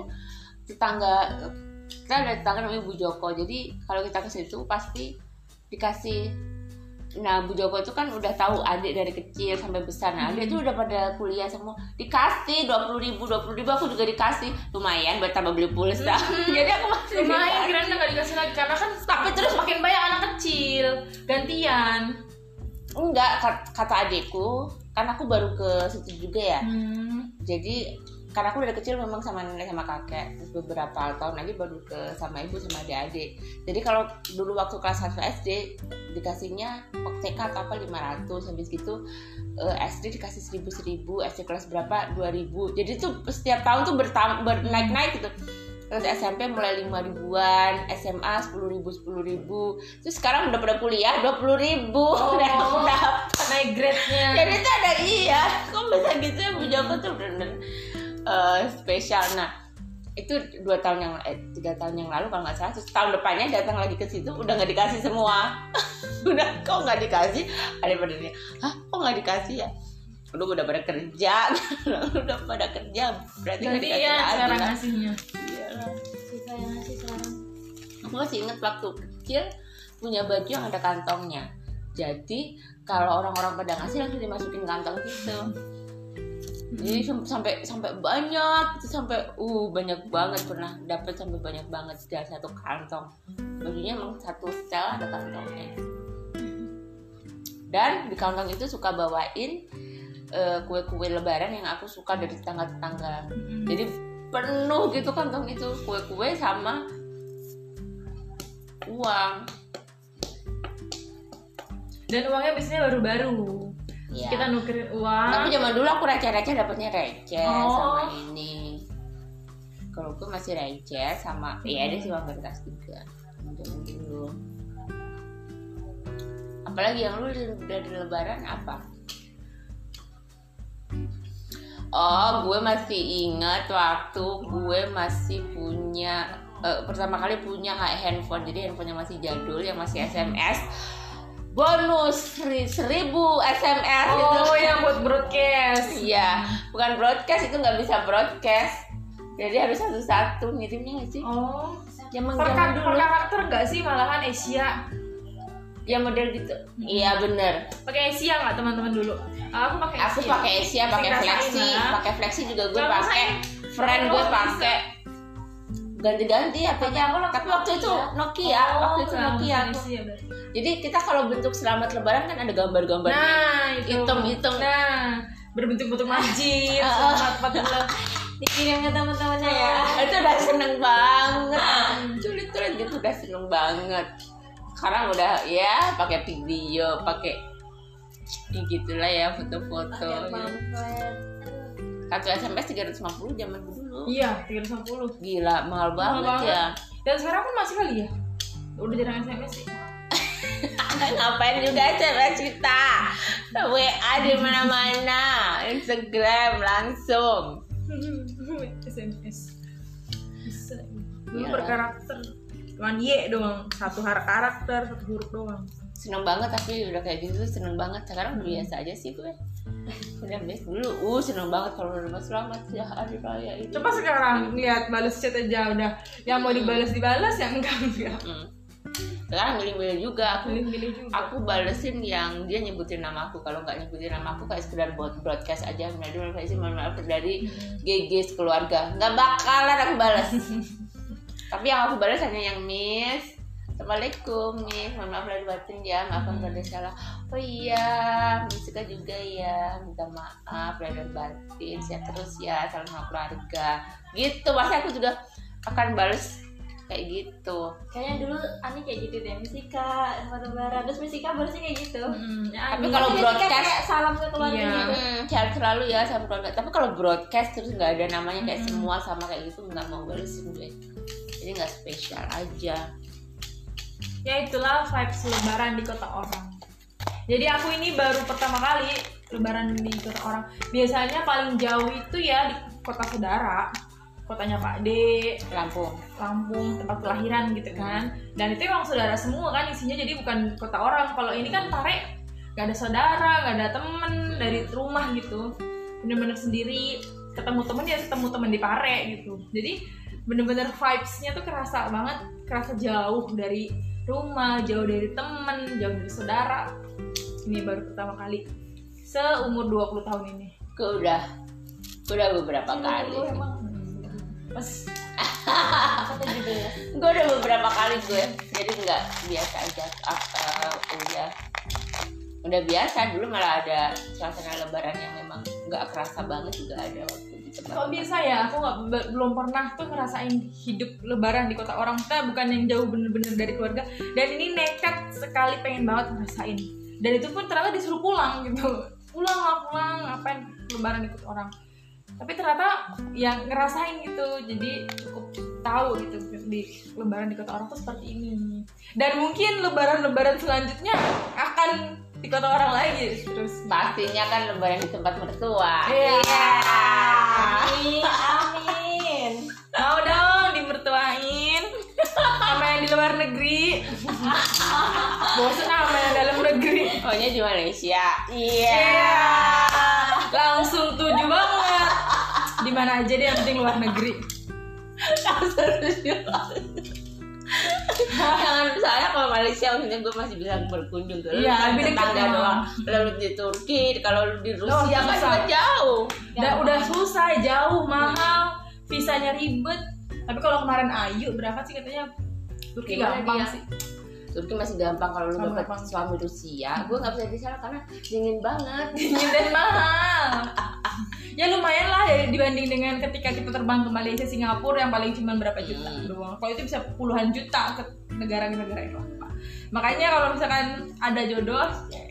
kita ada tetangga namanya Bu Joko. Jadi kalau kita ke situ pasti dikasih. Nah Bu Joko itu kan udah tahu adik dari kecil sampai besar. Nah adik itu udah pada kuliah semua, dikasih 20.000 aku juga dikasih, lumayan buat tambah beli pulsa. Jadi aku masih lumayan, kira nggak dikasih lagi karena kan tapi terus makin banyak anak kecil gantian. Enggak, kata adikku, kan aku baru ke situ juga ya. Jadi karena aku dari kecil memang sama nenek sama kakek, terus beberapa tahun lagi baru ke sama ibu sama adik-adik. Jadi kalau dulu waktu kelas 1 SD dikasihnya TK atau apa 500, habis gitu SD dikasih 1.000, SD kelas berapa 2.000. Jadi tuh setiap tahun tuh bernaik-naik gitu. Terus SMP mulai 5.000-an, SMA 10.000. Terus sekarang udah pada kuliah 20.000. Udah naik grade-nya. Jadi tuh ada kok bisa gitu ya Bu Joko tuh bener-bener spesial. Nah itu 3 tahun yang lalu kalau nggak salah. Terus tahun depannya datang lagi ke situ udah nggak dikasih semua. Udah kok nggak dikasih, ada pada dia, kok nggak dikasih ya, udah pada kerja. Udah pada kerja berarti nggak dikasih ya, lagi cara lah. ngasihnya Kita yang ngasih sekarang. Aku masih ingat waktu kecil punya baju yang ada kantongnya, jadi kalau orang-orang pada ngasih langsung dimasukin kantong gitu. Jadi sampai banyak, sampai banyak banget, pernah dapat sampai banyak banget dalam satu kantong. Bajunya emang satu setel ada kantongnya. Dan di kantong itu suka bawain kue-kue lebaran yang aku suka dari tetangga-tetangga. Jadi penuh gitu kantong itu, kue-kue sama uang. Dan uangnya biasanya baru-baru. Ya. Kita nukerin uang. Tapi zaman dulu aku receh-receh dapatnya receh sama ini. Kalau aku masih receh sama ya ada sih uang kertas juga. Zaman dulu. Apalagi yang lu dari lebaran apa? Oh, gue masih ingat waktu gue masih punya pertama kali punya handphone. Jadi handphonenya masih jadul yang masih SMS. Bonus 1000 SMS gitu. Oh, yang buat broadcast. Iya, bukan broadcast, itu nggak bisa broadcast. Jadi harus satu-satu ngirimnya nggak sih? Oh, Yang per zaman dulu. karakter nggak sih, malahan Asia. Ya model gitu. Iya bener. Pakai Asia nggak teman-teman dulu? Aku pakai Asia. Aku pakai Asia, pakai Flexi, pakai Flexi juga gue pakai. Friend gue pakai. Ganti-ganti HP-nya. Tapi waktu itu Nokia, waktu itu Nokia. Jadi kita kalau bentuk selamat lebaran kan ada gambar-gambar hitam-hitam. Nah, berbentuk-bentuk masjid, selamat Fatullah. Dikirim ke teman-temannya ya. Itu udah seneng banget. Culit-culit gitu udah seneng banget. Sekarang udah ya pakai video, pakai gitulah ya foto-foto. Satu SMS 350 zaman dulu. Iya, 350. Gila, mahal banget ya. Dan sekarang pun masih kali ya. Udah jarang SMS sih. Ngapain juga SMS kita? WA di mana-mana, Instagram langsung. SMS. Bisa. Dulu Iya. berkarakter. Cuman Y doang, satu karakter, satu huruf doang. Seneng banget, tapi udah kayak gitu seneng banget. Sekarang udah biasa aja sih gue. Udah biasa dulu, seneng banget kalau udah selamat ya hari raya itu. Coba sekarang lihat balas chat aja udah, yang mau dibalas, yang enggak. Sekarang milih-milih juga. Milih-milih juga. Aku balesin yang dia nyebutin nama aku. Kalau nggak nyebutin nama aku kayak sekedar buat broadcast aja. Mohon maaf dari GG keluarga. Nggak bakalan aku balas. Tapi yang aku balas hanya yang Miss. Assalamualaikum Miss. Mohon maaf lahir batin ya. Maafkan kalau ada salah. Oh iya, Miss suka juga ya. Minta maaf lahir batin. Sehat terus ya. Salam sama keluarga. Gitu. Pasti aku juga akan balas kayak gitu. Kayaknya dulu Ani kayak gitu deh, Misika sama lebaran, terus Misika balasnya kayak gitu. Tapi kalau broadcast kayak salam ke keluarga gitu. Sehat selalu ya sama keluarga. Tapi kalau broadcast terus nggak ada namanya kayak semua sama kayak gitu, nggak mau balesin gue. Jadi nggak spesial aja. Ya itulah vibes lebaran di kota orang. Jadi aku ini baru pertama kali lebaran di kota orang. Biasanya paling jauh itu ya di kota saudara, kotanya Pak D, Lampung, tempat kelahiran gitu kan. Dan itu emang saudara semua kan isinya, jadi bukan kota orang. Kalau ini kan Pare nggak ada saudara, nggak ada temen dari rumah gitu, bener-bener sendiri. Ketemu temen ya ketemu temen di Pare gitu. Jadi bener-bener vibes-nya tuh kerasa banget, kerasa jauh dari rumah, jauh dari temen, jauh dari saudara. Ini baru pertama kali seumur 20 tahun ini. gue udah beberapa kali. Pas Gue udah beberapa kali gue, jadi nggak biasa aja. Udah biasa. Dulu malah ada suasana lebaran yang memang nggak kerasa banget juga ada waktu di tempat. kok bisa ya, aku belum pernah tuh ngerasain hidup lebaran di kota orang. Kita bukan yang jauh bener-bener dari keluarga, dan ini nekat sekali pengen banget ngerasain. Dan itu pun ternyata disuruh pulang gitu. Pulang ngapain lebaran di kota orang. Tapi ternyata yang ngerasain gitu, jadi cukup tahu gitu di lebaran di kota orang tuh seperti ini. Dan mungkin lebaran selanjutnya akan di kota orang lagi terus. Pastinya kan lebaran di tempat mertua. Iya. Amin. Mau dong dimertuain sama yang di luar negeri. Bosan sama yang dalam negeri. Pokoknya di Malaysia. Iya. Langsung tuju banget. Di mana aja deh, yang penting luar negeri. Langsung tuju. Jangan, soalnya kalau Malaysia maksudnya gue masih bisa berkunjung tuh. Iya, lebih dekat tetangga memang. doang. Lalu di Turki, kalau lu di Rusia kan susah. juga jauh. Udah susah, jauh, mahal, visanya ribet. Tapi kalau kemarin Ayu berangkat sih katanya Turki Gimana gampang dia? sih. Turki masih gampang kalau lu Gampang. dapet suami Rusia. Gue nggak bisa di sana karena dingin banget. Dingin dan mahal. Ya lumayan lah ya dibanding dengan ketika kita terbang ke Malaysia, Singapura yang paling cuma berapa juta doang. Kalau itu bisa puluhan juta ke negara-negara yang lain. Makanya kalau misalkan ada jodoh,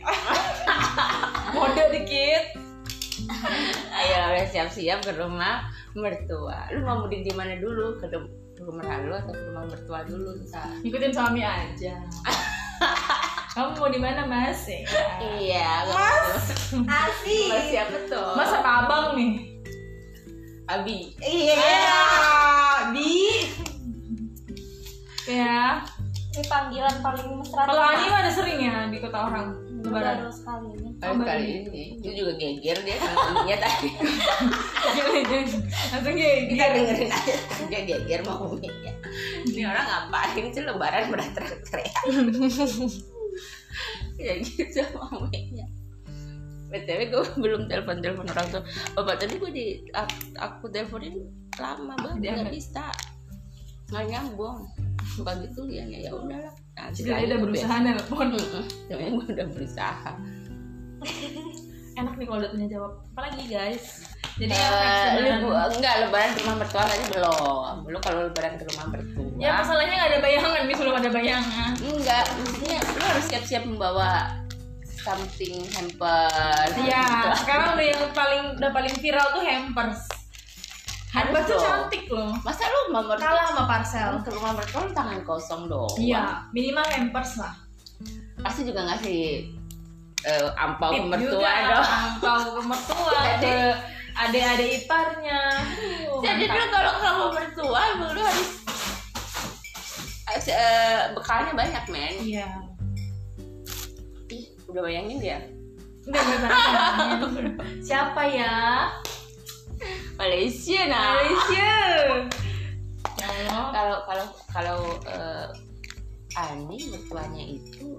mode dikit. Ayo udah siap-siap ke rumah mertua. Lu mau mudik di mana dulu? Ke rumah lu atau ke rumah mertua dulu? Ntar. Ikutin suami aja. Kamu mau di mana, Mas? Iya, Mas. Asik. Mas siapa tuh? Mas apa abang nih? Abi. Iya. Bi. Ya. Ini panggilan paling mesra. Kalau Ani mah ada sering ya di kota orang lebaran. Baru sekali ini. Kali ini dia juga geger dia ngomongnya tadi. Langsung Kita gitu. dengerin aja dia geger mau ngomongnya. Ini orang ngapain sih lebaran berteriak-teriak. Ya gitu ngomongnya. BTW gue belum telepon orang tuh. Bapak tadi gue aku teleponin lama banget nggak bisa, nggak nyambung. Bagi tuh ya udahlah. Nah, Jadi udah berusaha nelpon. Sebenarnya gue udah berusaha. Enak nih kalau udah tanya jawab. Apalagi guys. Jadi Lebaran ke rumah mertua tadi belum kalau lebaran ke rumah mertua. Ya masalahnya nggak ada bayangan nih, belum ada bayangan. Enggak, maksudnya lu harus siap-siap membawa something hampers. Iya, sekarang udah paling viral tuh hampers. Hampers tuh dong. cantik loh. Masa lu mau Kalah sama parcel. ke rumah mertua lu tangan kosong dong. Iya, minimal hampers lah. Pasti juga ngasih ampau ke Tip mertua juga, dong. ampau ke mertua, ke adik-adik iparnya. Jadi lu kalau ke rumah mertua emang lu harus bekalnya banyak, men. Iya. Ih, udah bayangin dia. Enggak. Siapa ya? Malaysia nah. Malaysia. Ya Allah. Kalau Ani mertuanya itu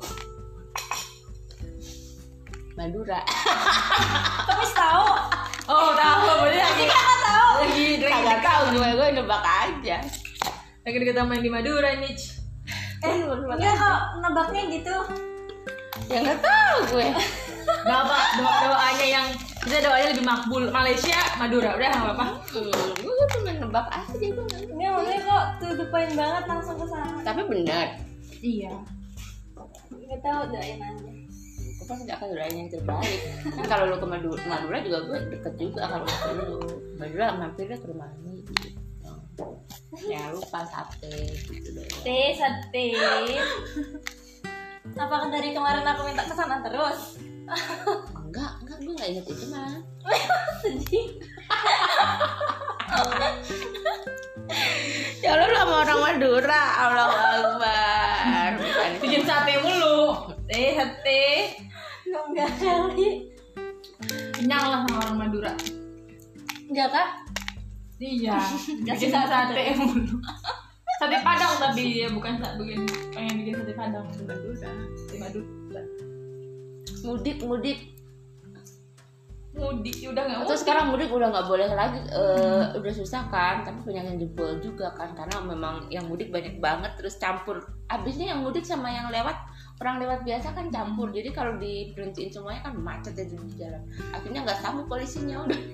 Madura. Tapi tahu. Oh, tahu. Berarti lagi Tahu. Kagak tahu gue nebak aja. lagi deket sama yang di Madura nih. Enggak kok nebaknya gitu. Ya nggak tahu gue. Gak apa, doanya yang bisa doanya lebih makbul. Malaysia, Madura, udah nggak apa-apa. Gue cuma nebak aja gue. Enggak maksudnya kok to the point banget langsung ke sana. Tapi benar. Iya. Enggak tahu doain aja. Gue pasti akan doain yang terbaik. Kan kalau lu ke Madura juga gue deket juga kalau ke lu. Madura mampirnya ke rumah Ani. Gitu. Jangan lupa sate gitu deh. Sate. Apakah dari kemarin aku minta kesana terus? Enggak, gue nggak inget itu mah. Sedih. Ya lu sama orang Madura, Allahu Akbar. Bikin sate mulu. Sate. Enggak kali. Kenyang lah sama orang Madura. Enggak kah? Iya. Bikin sate mulu. Sate Padang tapi dia bukan pengen bikin sate Padang. Madura. Sate Madura. Mudik. Mudik udah nggak Terus sekarang mudik udah nggak boleh lagi, udah susah kan, tapi banyak yang jebol juga kan, karena memang yang mudik banyak banget, terus campur. Abisnya yang mudik sama yang orang lewat biasa kan campur, jadi kalau diberhentiin semuanya kan macet ya di jalan. Akhirnya nggak sanggup polisinya udah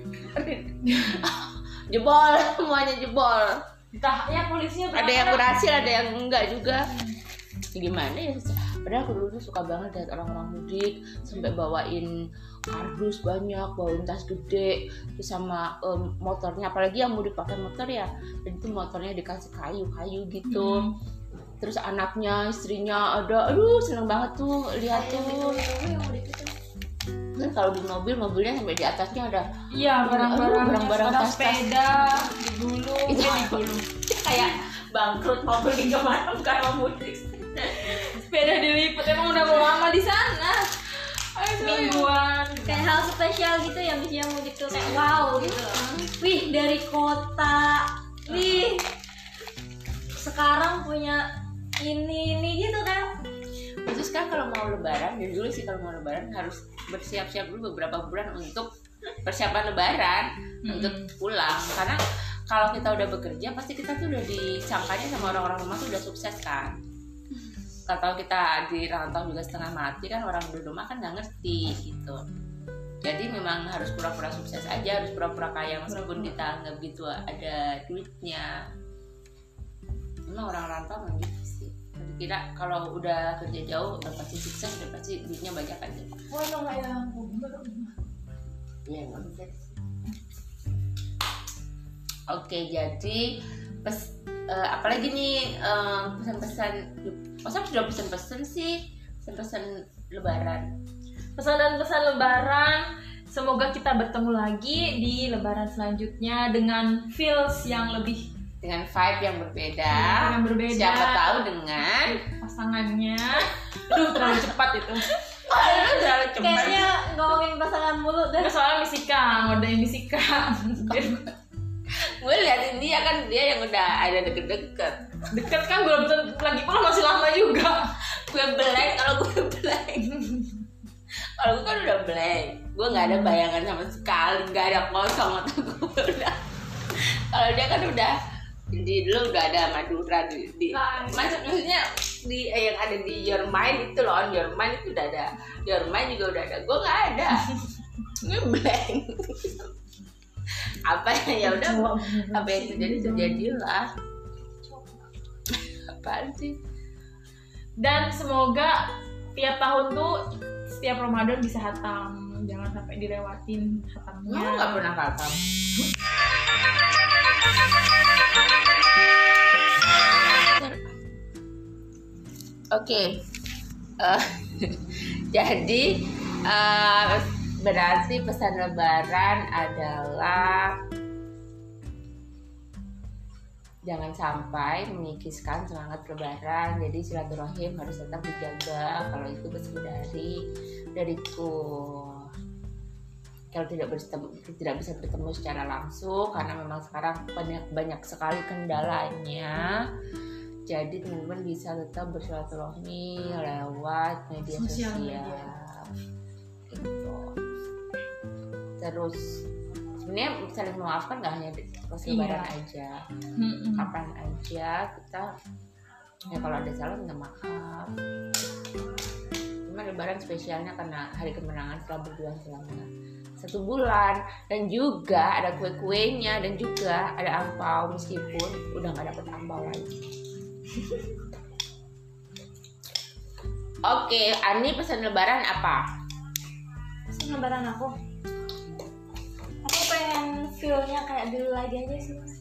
jebol, semuanya jebol. ya polisinya Ada yang berhasil, ada yang enggak juga. Gimana ya? Padahal aku dulu tuh suka banget lihat orang-orang mudik sampai bawain kardus banyak, bawain tas gede, terus sama motornya, apalagi yang mudik pakai motor ya, dan itu motornya dikasih kayu gitu. Terus anaknya, istrinya ada, aduh seneng banget tuh lihat tuh. Kan kalau di mobilnya sampai di atasnya ada barang-barang tas sepeda digulung, itu digulung. kayak bangkrut mobil di kemana karena mudik. Sepeda dilipat, emang udah mau lama di sana. Mingguan. Kayak hal spesial gitu ya bisa mau gitu kayak wow gitu. Wih dari kota, wih sekarang punya ini gitu kan. Khusus kan kalau mau lebaran, dan dulu sih kalau mau lebaran harus bersiap-siap dulu beberapa bulan untuk persiapan lebaran, untuk pulang. Karena kalau kita udah bekerja pasti kita tuh udah disangkanya sama orang-orang rumah tuh udah sukses kan. Kalau kita di rantau juga setengah mati kan, orang di rumah kan nggak ngerti gitu. Jadi memang harus pura-pura sukses aja, harus pura-pura kaya meskipun kita nggak begitu ada duitnya. Memang orang rantau memang gitu sih. Kira kalau udah kerja jauh udah pasti sukses, udah pasti duitnya banyak aja. Wah, nggak ya, Iya, nggak bisa. Oke, jadi apalagi nih pesan-pesan. Masa sudah pesan-pesan sih, pesan-pesan lebaran. Pesan dan pesan lebaran, semoga kita bertemu lagi di lebaran selanjutnya dengan feels yang lebih, Dengan vibe yang berbeda. yang berbeda. Siapa tahu dengan Pasangannya. Aduh, terlalu cepat itu. terlalu cepat. Kayaknya ngomongin pasangan mulu deh. Soalnya Misika, ngodain Misika. Gue liatin dia kan, dia yang udah ada deket-deket. Deket kan, belum tentu lagi pula masih lama juga. Gue blank, kalau gue blank. Kalau gue kan udah blank, gue nggak ada bayangan sama sekali, nggak ada kosong otak gue udah. Kalau dia kan udah di dulu udah ada Madura di maksudnya di yang ada di your mind itu loh, on your mind itu udah ada, your mind juga udah ada, gue nggak ada, gue blank. Apa ya udah, apa yang terjadilah. Apaan sih? Dan semoga tiap tahun tuh setiap Ramadan bisa hatam, jangan sampai dilewatin hatamnya. Emang nggak pernah khatam? Oke. Jadi berarti pesan lebaran adalah jangan sampai mengikiskan semangat lebaran. Jadi silaturahim harus tetap dijaga. Kalau itu pesan dariku. Kalau tidak bisa bertemu secara langsung karena memang sekarang banyak sekali kendalanya. Jadi teman-teman bisa tetap bersilaturahmi lewat media sosial. Gitu. Terus sebenarnya saling memaafkan nggak hanya pas lebaran aja, kapan aja kita ya kalau ada salah minta maaf. Cuma lebaran spesialnya karena hari kemenangan setelah berjuang selama 1 bulan, dan juga ada kue-kuenya, dan juga ada angpau meskipun udah nggak dapet angpau lagi. Oke, Ani pesan lebaran apa? Pesan lebaran aku pengen feel-nya kayak dulu lagi aja sih, Mas.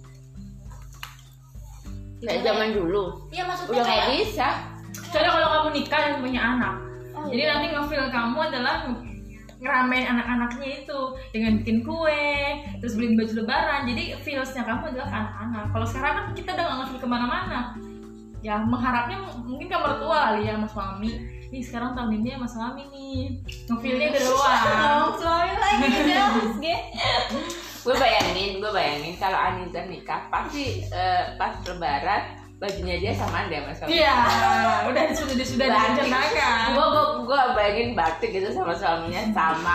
Kayak zaman dulu. Iya, maksudnya Udah nggak kayak bisa. Soalnya kalau kamu nikah dan punya anak, jadi iya. nanti nge-feel kamu adalah ngeramein anak-anaknya itu dengan bikin kue, terus beliin baju lebaran. Jadi feelsnya kamu adalah ke anak-anak. Kalau sekarang kan kita udah nggak nge-feel kemana-mana. Ya mengharapnya mungkin ke mertua kali ya, mas suami. Nih sekarang tahun ini ya mas suami nih, nge-feelnya udah doang. suami lagi jelas Gue bayangin kalau Anita nikah pasti pas lebaran bajunya dia sama deh mas suami. Iya, udah sudah direncanakan. Gue bayangin batik gitu sama suaminya sama.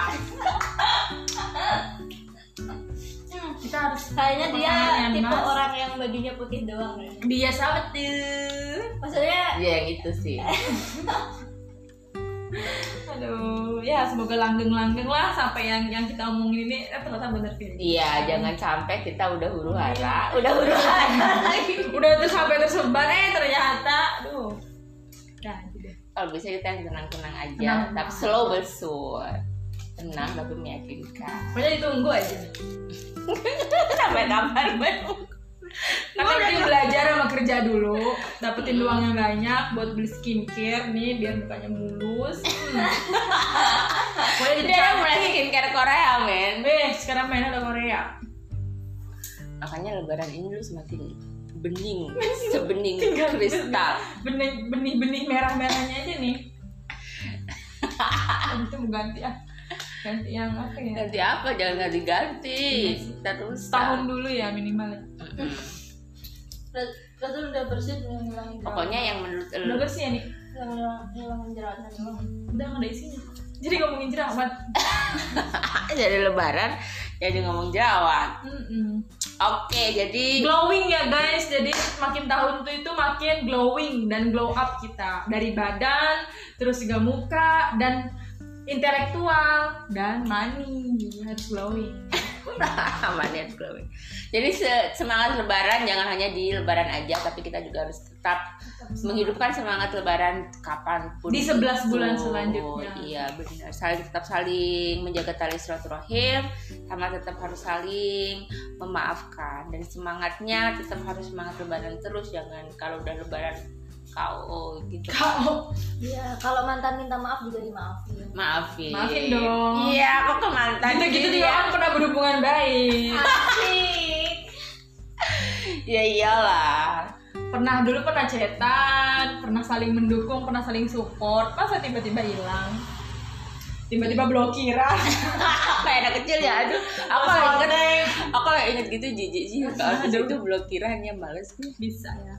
Kita harus kayaknya dia pertanyaan, tipe Mas. orang yang bajunya putih doang ya. Biasa betul. Maksudnya Dia yang itu sih. Aduh, ya semoga langgeng-langgeng lah sampai yang kita omongin ini ternyata bener pilih. Iya, jangan sampai kita udah huru hara lagi. Udah tuh sampai tersebar ternyata, aduh. Nah, gitu deh. Kalau bisa kita yang tenang-tenang aja, Tenang. tapi slow but sure. Tenang tapi meyakinkan. Pokoknya ditunggu aja. Sampai kapan baru? Kan nanti belajar sama kerja dulu, dapetin uang yang banyak buat beli skincare nih biar mukanya mulus. Pokoknya jadi Dia mulai cantik. skincare Korea, men. Sekarang mainnya udah Korea. Makanya lebaran ini lu semakin bening, sebening kristal. Benih-benih merah-merahnya aja nih. Itu mau ganti ganti yang apa ya? Ganti apa? Jangan ganti-ganti. Terus Setahun dulu ya minimal. Berarti udah bersih dengan ngilangin jerawat. Pokoknya yang menurut Udah lu bersih ya nih. Ngilangin jerawatnya doang. Udah nggak ada isinya. Jadi ngomongin jerawat. dari lebaran jadi ngomong jerawat. Oke, jadi Glowing ya guys. Jadi makin tahun tuh itu makin glowing dan glow up kita dari badan, terus juga muka dan intelektual dan money juga harus glowing. Maniat glowing. Jadi semangat lebaran jangan hanya di lebaran aja, tapi kita juga harus tetap menghidupkan semangat lebaran kapanpun Di 11 itu. bulan selanjutnya. Iya benar. Tetap saling menjaga tali silaturahim, sama tetap harus saling memaafkan, dan semangatnya tetap harus semangat lebaran terus. Jangan kalau udah lebaran kau gitu. Kau Iya, kalau mantan minta maaf juga dimaafin. Maafin dong. Iya, kok ke mantan gitu ya? kan pernah berhubungan baik. Asik. Ya iyalah. Dulu pernah chatan, pernah saling mendukung, pernah saling support. Masa tiba-tiba hilang? Tiba-tiba blokiran. Kayak anak kecil ya. Aduh, aku inget gitu jijik sih. Kalau itu blokirannya males sih. Bisa ya.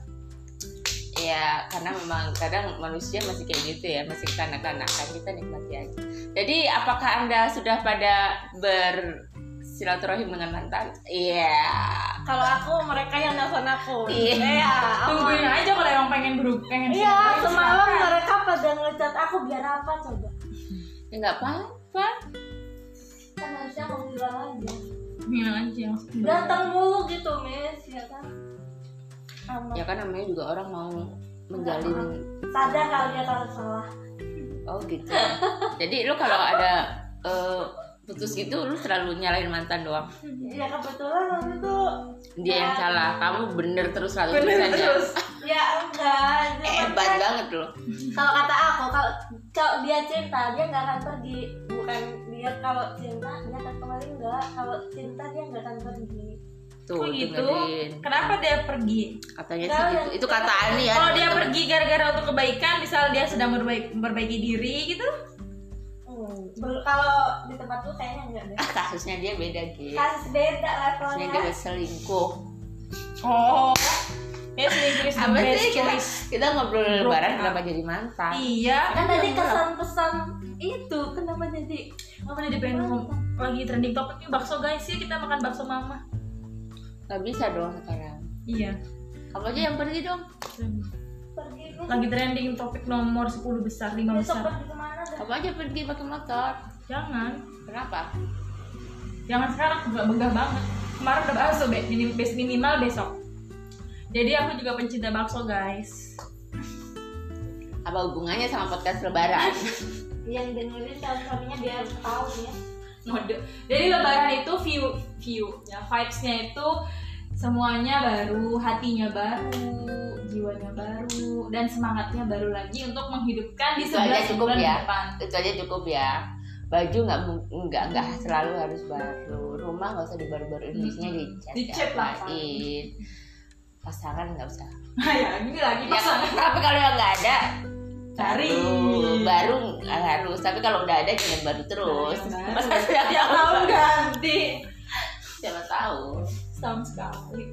Ya, karena memang kadang manusia masih kayak gitu ya, masih kanak-kanakan, kita nikmati aja. Jadi, apakah Anda sudah pada bersilaturahim dengan mantan? Iya. Kalau aku, mereka yang nelfon aku. Iya. Tungguin aja kalau emang pengen Iya, silaturahim, semalam silakan. mereka pada ngechat aku biar apa coba? Ya nggak apa-apa. Kan harusnya aku bilang aja. Bilang aja langsung. Datang mulu gitu, Miss, ya kan? Aman. Ya kan namanya juga orang mau menjalin. Sadar kalau dia tahu salah. Oh gitu. Jadi lu kalau ada putus gitu, lu selalu nyalahin mantan doang. Ya kebetulan waktu itu Dia yang salah, kamu bener terus 100% Bener ya. terus. ya enggak. Hebat banget loh. Kalau kata aku, kalau dia cinta dia nggak akan pergi. Bukan dia kalau cinta dia akan kembali, enggak. Kalau cinta dia nggak akan pergi. Tuh, Kok gitu? dengerin. Kenapa dia pergi? Katanya sih gitu. Itu kata Ani ya. Kalau dia teman-teman. pergi gara-gara untuk kebaikan, misal dia sedang memperbaiki diri gitu. Kalau di tempat lu kayaknya enggak deh. Kasusnya dia beda gitu. Kasus beda Kasusnya dia levelnya. berselingkuh. Oh. Ya selingkuh Apa sih kita ngobrol lebaran kenapa jadi mantan? Iya. Kan tadi kesan-pesan itu kenapa jadi pengen ngomong lagi trending topiknya bakso guys, ya kita makan bakso mama. Gak bisa dong sekarang. Iya. Kamu aja yang pergi dong. pergi Lagi trending topik nomor 10 besar, 5 besok besar. pergi kemana deh? Kamu aja pergi pakai motor. Jangan. Kenapa? Jangan sekarang, begah banget. Kemarin udah bakso minimal besok. Jadi aku juga pencinta bakso guys. Apa hubungannya sama podcast lebaran? Yang dengerin suaminya biar tahu ya. Mode. Jadi lebaran itu view ya, vibes-nya itu semuanya baru, hatinya baru, jiwanya baru, dan semangatnya baru lagi untuk menghidupkan di Itu aja 11 cukup bulan ya. depan. Itu aja cukup ya. Baju nggak selalu harus baru. Rumah nggak usah dibaru-baruin, biasanya Dicat lah, Pak. diapain. Pasangan nggak usah. Nah ya, ini lagi Ya, pasangan. tapi kalau yang nggak ada Cari. baru nggak harus. Tapi kalau udah ada jangan baru terus. Nah, Masa setiap Tiap tahun ganti. siapa tahu. Setahun sekali.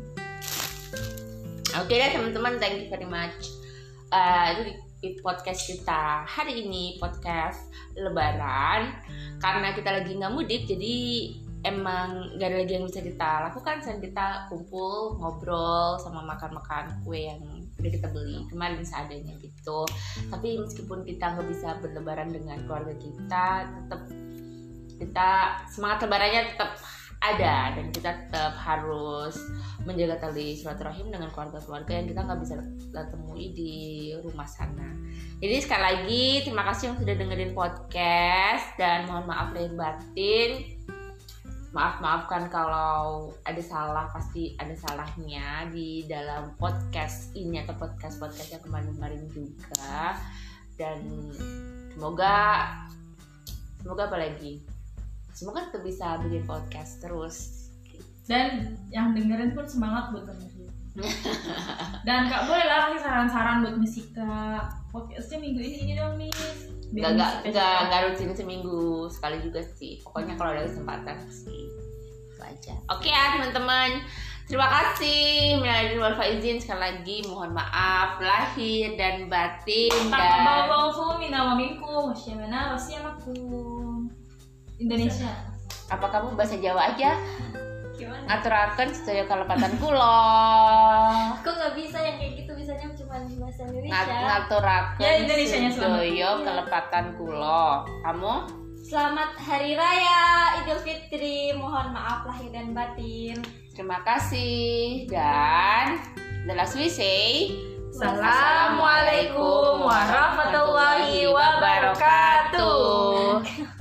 Oke deh teman-teman, thank you very much. Itu di podcast kita hari ini, podcast lebaran. Karena kita lagi nggak mudik, jadi emang gak ada lagi yang bisa kita lakukan selain kita kumpul, ngobrol, sama makan-makan kue yang udah kita beli kemarin seadanya gitu. Tapi meskipun kita nggak bisa berlebaran dengan keluarga kita, tetap kita semangat lebarannya tetap ada, dan kita tetap harus menjaga tali silaturahim dengan keluarga-keluarga yang kita nggak bisa temui di rumah sana. Jadi sekali lagi terima kasih yang sudah dengerin podcast, dan mohon maaf lahir batin. Maafkan kalau ada salah, pasti ada salahnya di dalam podcast ini atau podcast yang kemarin juga. Dan semoga apa lagi? Semoga tetap bisa bikin podcast terus. Dan yang dengerin pun semangat buat dengerin. Dan Kak boleh lah kasih saran-saran buat Misika. Podcastnya minggu ini dong nih. Gak rutin seminggu sekali juga sih. Pokoknya kalau ada kesempatan sih itu aja. Oke ya teman-teman, Terima kasih. Minal aidin wal faizin, sekali lagi mohon maaf lahir dan batin dan Taqabbalallahu minna wa minkum wasyamakum. Indonesia. apa kamu bahasa Jawa aja? Gimana? Aturaken sedaya kalepatan kula. Aku nggak bisa yang kayak gitu, bisanya cuma bahasa Indonesia. Ngaturaken Ya, Indonesianya selamat. sedaya kalepatan kula. Kamu? Selamat Hari Raya Idul Fitri. Mohon maaf lahir dan batin. Terima kasih dan the last we say Assalamualaikum warahmatullahi wabarakatuh.